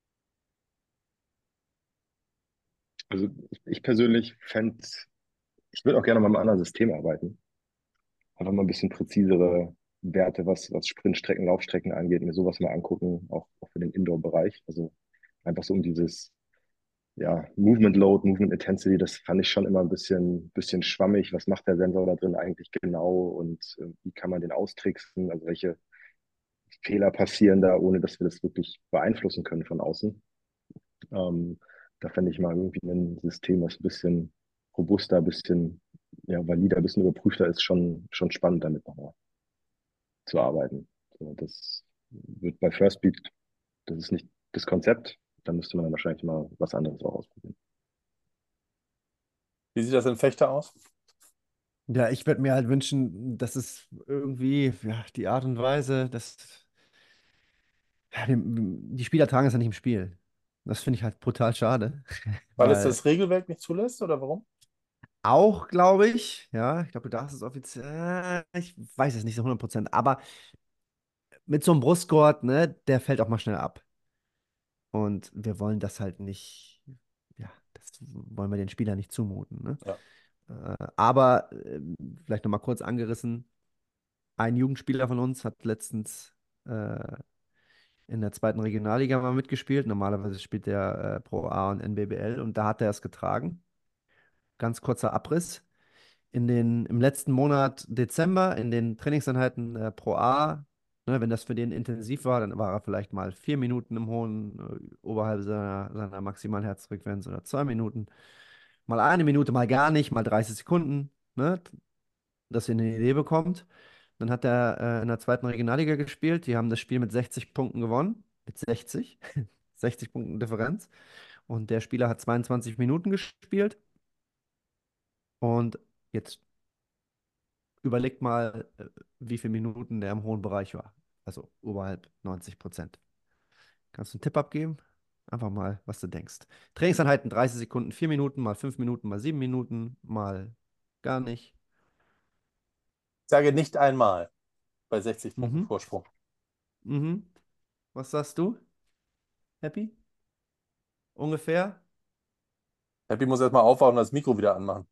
also ich persönlich ich würde auch gerne mal mit einem anderen System arbeiten. Einfach mal ein bisschen präzisere Werte, was Sprintstrecken, Laufstrecken angeht, mir sowas mal angucken, auch für den Indoor-Bereich. Also einfach so um dieses ja, Movement Load, Movement Intensity, das fand ich schon immer ein bisschen schwammig. Was macht der Sensor da drin eigentlich genau und wie kann man den austricksen? Also welche Fehler passieren da, ohne dass wir das wirklich beeinflussen können von außen? Ähm, Da fände ich mal irgendwie ein System, was ein bisschen robuster, ein bisschen ja, valider, ein bisschen überprüfter ist, schon spannend damit nochmal zu arbeiten. So, das wird bei Firstbeat, das ist nicht das Konzept, da müsste man dann wahrscheinlich mal was anderes auch ausprobieren. Wie sieht das in Fechter aus? Ja, ich würde mir halt wünschen, dass es irgendwie, ja, die Art und Weise, dass ja, die Spieler tragen es ja nicht im Spiel. Das finde ich halt brutal schade, Weil es weil das Regelwerk nicht zulässt oder warum? auch, glaube ich, ja, ich glaube, du darfst es offiziell, ich weiß es nicht so 100%, aber mit so einem Brustgurt, ne, der fällt auch mal schnell ab. Und wir wollen das halt nicht, ja, das wollen wir den Spielern nicht zumuten, ne? Ja. Aber vielleicht nochmal kurz angerissen, ein Jugendspieler von uns hat letztens in der zweiten Regionalliga mal mitgespielt. Normalerweise spielt er Pro A und NBBL und da hat er es getragen. Ganz kurzer Abriss. Im letzten Monat Dezember, in den Trainingseinheiten Pro A, ne, wenn das für den intensiv war, dann war er vielleicht mal 4 Minuten im hohen, oberhalb seiner maximalen Herzfrequenz oder 2 Minuten. Mal eine Minute, mal gar nicht, mal 30 Sekunden, ne, dass ihr eine Idee bekommt. Dann hat er in der zweiten Regionalliga gespielt. Die haben das Spiel mit 60 Punkten gewonnen. Mit 60. 60 Punkten Differenz. Und der Spieler hat 22 Minuten gespielt. Und jetzt überlegt mal, wie viele Minuten der im hohen Bereich war. Also oberhalb 90%. Kannst du einen Tipp abgeben? Einfach mal, was du denkst. Trainingseinheiten 30 Sekunden, 4 Minuten, mal 5 Minuten, mal 7 Minuten, mal gar nicht. Ich sage nicht einmal bei 60 Punkten Mhm. Vorsprung. Mhm. Was sagst du? Happy? Ungefähr? Happy muss erstmal aufwachen und das Mikro wieder anmachen.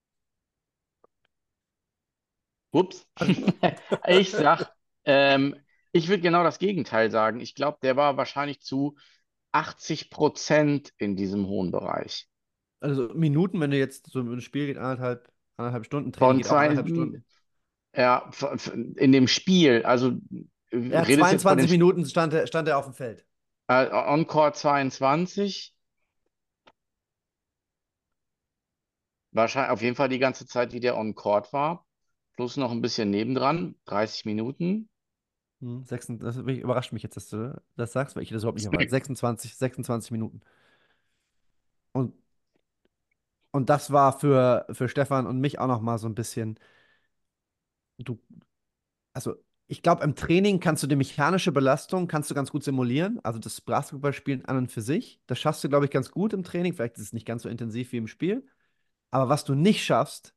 Ups. Ich sag, ähm, ich würde genau das Gegenteil sagen. Ich glaube, der war wahrscheinlich zu 80% in diesem hohen Bereich. Also Minuten, wenn du jetzt so ein Spiel geht, anderthalb Stunden, Training Von geht auch zwei, anderthalb Stunden. ja, in dem Spiel, also Ja, redest jetzt von 22 Minuten stand er auf dem Feld. Encore 22. Wahrscheinlich auf jeden Fall die ganze Zeit, die der on Court war. Plus noch ein bisschen nebendran, 30 Minuten. Überrascht mich jetzt, dass du das sagst, weil ich das überhaupt nicht erwartet. 26 Minuten. Und, und das war für Stefan und mich auch noch mal so ein bisschen, du, also ich glaube, im Training kannst du die mechanische Belastung kannst du ganz gut simulieren. Also das Basketballspielen an und für sich. Das schaffst du, glaube ich, ganz gut im Training. Vielleicht ist es nicht ganz so intensiv wie im Spiel. Aber was du nicht schaffst,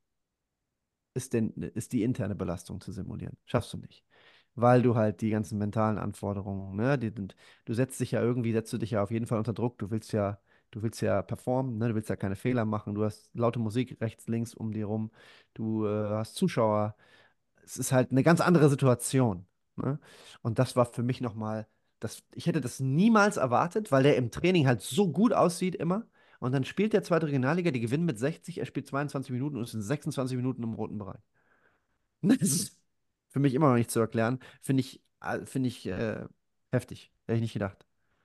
ist die interne Belastung zu simulieren. Schaffst du nicht. Weil du halt die ganzen mentalen Anforderungen, ne, setzt du dich ja auf jeden Fall unter Druck. Du willst ja performen, ne, du willst ja keine Fehler machen. Du hast laute Musik rechts, links um dir rum. Du hast Zuschauer. Es ist halt eine ganz andere Situation. Ne? Und das war für mich nochmal, ich hätte das niemals erwartet, weil der im Training halt so gut aussieht immer. Und dann spielt der zweite Regionalliga, die gewinnen mit 60, er spielt 22 Minuten und ist in 26 Minuten im roten Bereich. Das ist für mich immer noch nicht zu erklären. Finde ich heftig. Hätte ich nicht gedacht.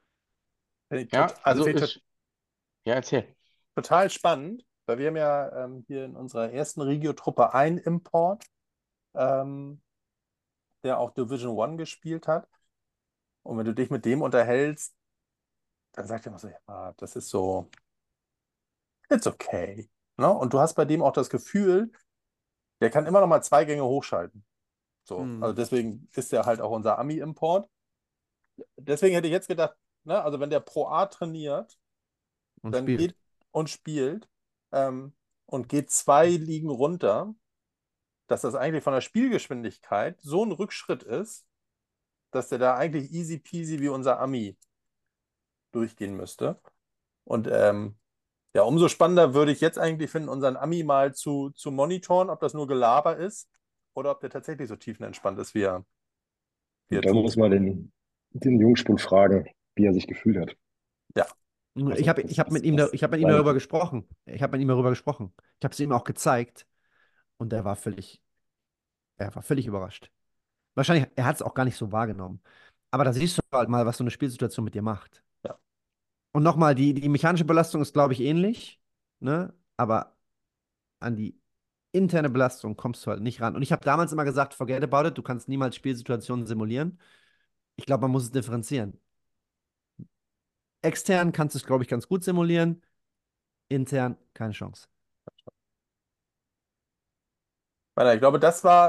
Ja, Also also finde ich ist, ja, erzähl. total spannend, weil wir haben ja hier in unserer ersten Regio-Truppe einen Import, ähm, der auch Division One gespielt hat. Und wenn du dich mit dem unterhältst, dann sagt er immer so, ja, das ist so, it's okay. Ne? Und du hast bei dem auch das Gefühl, der kann immer noch mal zwei Gänge hochschalten. So, also Mhm. deswegen ist er halt auch unser Ami-Import. Deswegen hätte ich jetzt gedacht, ne, also wenn der Pro A trainiert, Und dann spielt. geht und spielt ähm, und geht zwei Ligen runter, dass das eigentlich von der Spielgeschwindigkeit so ein Rückschritt ist, dass der da eigentlich easy peasy wie unser Ami durchgehen müsste. Und ja, umso spannender würde ich jetzt eigentlich finden, unseren Ami mal zu monitoren, ob das nur Gelaber ist oder ob der tatsächlich so tiefenentspannt ist, wie er Da muss tut. man den Jungspund fragen, wie er sich gefühlt hat. Ja, Ich Also habe ich hab mit ihm, was ich hab mit ihm seine, darüber gesprochen. Ich habe mit ihm darüber gesprochen. Ich habe es ihm auch gezeigt und er war völlig überrascht. Wahrscheinlich, er hat es auch gar nicht so wahrgenommen. Aber da siehst du halt mal, was so eine Spielsituation mit dir macht. ja. Und nochmal, die mechanische Belastung ist, glaube ich, ähnlich, ne? Aber an die interne Belastung kommst du halt nicht ran. Und ich habe damals immer gesagt, forget about it, du kannst niemals Spielsituationen simulieren. Ich glaube, man muss es differenzieren. Extern kannst du es, glaube ich, ganz gut simulieren, intern keine Chance. Ich glaube, das war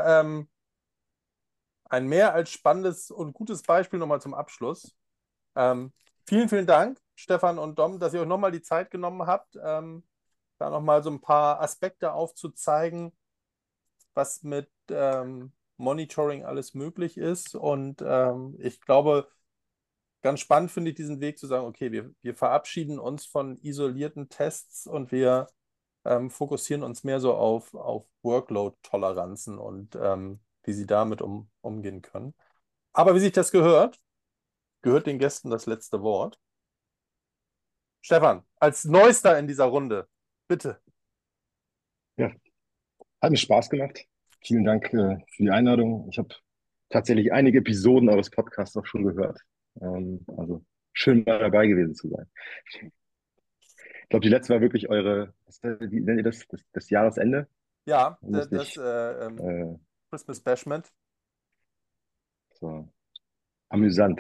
ein mehr als spannendes und gutes Beispiel nochmal zum Abschluss. Vielen, vielen Dank, Stefan und Dom, dass ihr euch nochmal die Zeit genommen habt, da nochmal so ein paar Aspekte aufzuzeigen, was mit Monitoring alles möglich ist. Und ich glaube, ganz spannend finde ich diesen Weg zu sagen, okay, wir verabschieden uns von isolierten Tests und wir fokussieren uns mehr so auf Workload-Toleranzen und wie sie damit umgehen können. Aber wie sich das gehört den Gästen das letzte Wort. Stefan, als Neuester in dieser Runde, bitte. ja, hat mir Spaß gemacht. Vielen Dank für die Einladung. Ich habe tatsächlich einige Episoden eures Podcasts auch schon gehört. Also schön mal dabei gewesen zu sein. Ich glaube, die letzte war wirklich wie nennt ihr das Jahresende? Ja, Da musste das ich, äh, Christmas Bashment. so, amüsant.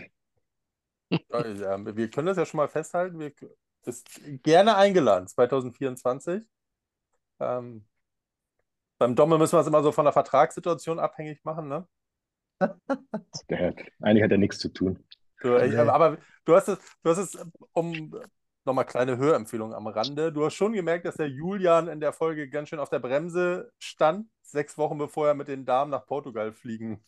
Wir können das ja schon mal festhalten. Wir ist gerne eingeladen, 2024. Ähm, beim Domme müssen wir es immer so von der Vertragssituation abhängig machen, ne? Eigentlich hat er nichts zu tun. Nee. Aber du hast es, um nochmal kleine Hörempfehlung am Rande. Du hast schon gemerkt, dass der Julian in der Folge ganz schön auf der Bremse stand, 6 Wochen bevor er mit den Damen nach Portugal fliegen.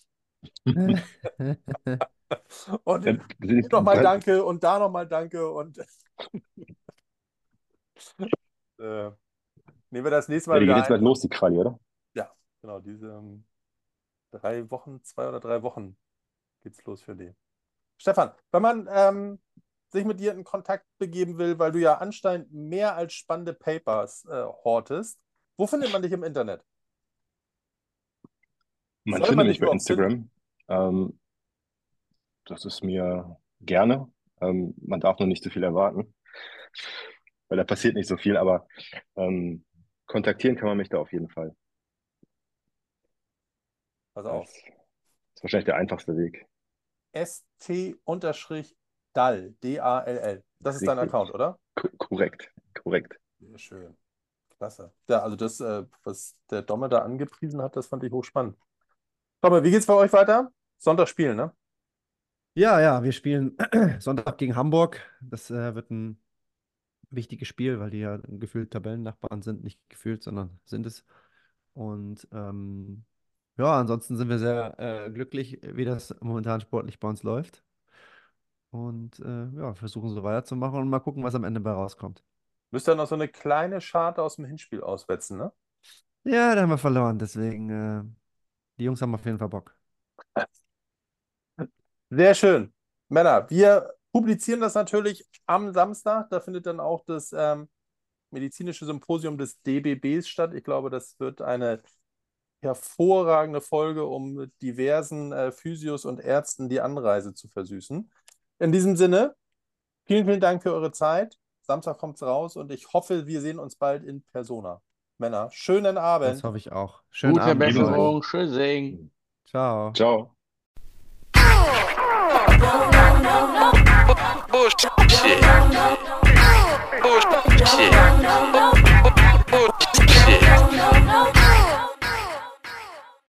Und Ja, hier nochmal Danke und da nochmal Danke und äh, nehmen wir das nächste Mal die geht wieder jetzt ein. bald los, die Quali, oder? Ja, genau, diese 3 Wochen, 2 oder 3 Wochen geht's los für die. Stefan, wenn man sich mit dir in Kontakt begeben will, weil du ja anscheinend mehr als spannende Papers hortest, wo findet man dich im Internet? Man Soll findet man dich mich bei überhaupt finden? Instagram. Ähm, Das ist mir gerne. Man darf nur nicht zu viel erwarten, weil da passiert nicht so viel, aber ähm, kontaktieren kann man mich da auf jeden Fall. Pass Das auf. ist wahrscheinlich der einfachste Weg. st_dall, D-A-L-L. Das ist dein Richtig. Account, oder? Korrekt. Sehr schön. Klasse. Ja, also das, was der Domme da angepriesen hat, das fand ich hochspannend. Domme, wie geht's bei euch weiter? Sonntag spielen, ne? Ja, wir spielen Sonntag gegen Hamburg. Das wird ein wichtiges Spiel, weil die ja gefühlt Tabellennachbarn sind. Nicht gefühlt, sondern sind es. Und ja, ansonsten sind wir sehr glücklich, wie das momentan sportlich bei uns läuft. Und ja, versuchen so weiterzumachen und mal gucken, was am Ende bei rauskommt. Müsst ihr noch so eine kleine Scharte aus dem Hinspiel auswetzen, ne? Ja, da haben wir verloren, deswegen die Jungs haben auf jeden Fall Bock. Sehr schön. Männer, wir publizieren das natürlich am Samstag. Da findet dann auch das medizinische Symposium des DBBs statt. Ich glaube, das wird eine hervorragende Folge, um diversen Physios und Ärzten die Anreise zu versüßen. In diesem Sinne, vielen, vielen Dank für eure Zeit. Samstag kommt es raus und ich hoffe, wir sehen uns bald in Persona. Männer, schönen Das Abend. hoffe ich auch. Schönen Gute Abend euch. Besserung, Tschüssing. Ciao. Ciao. Bullshit. Bullshit.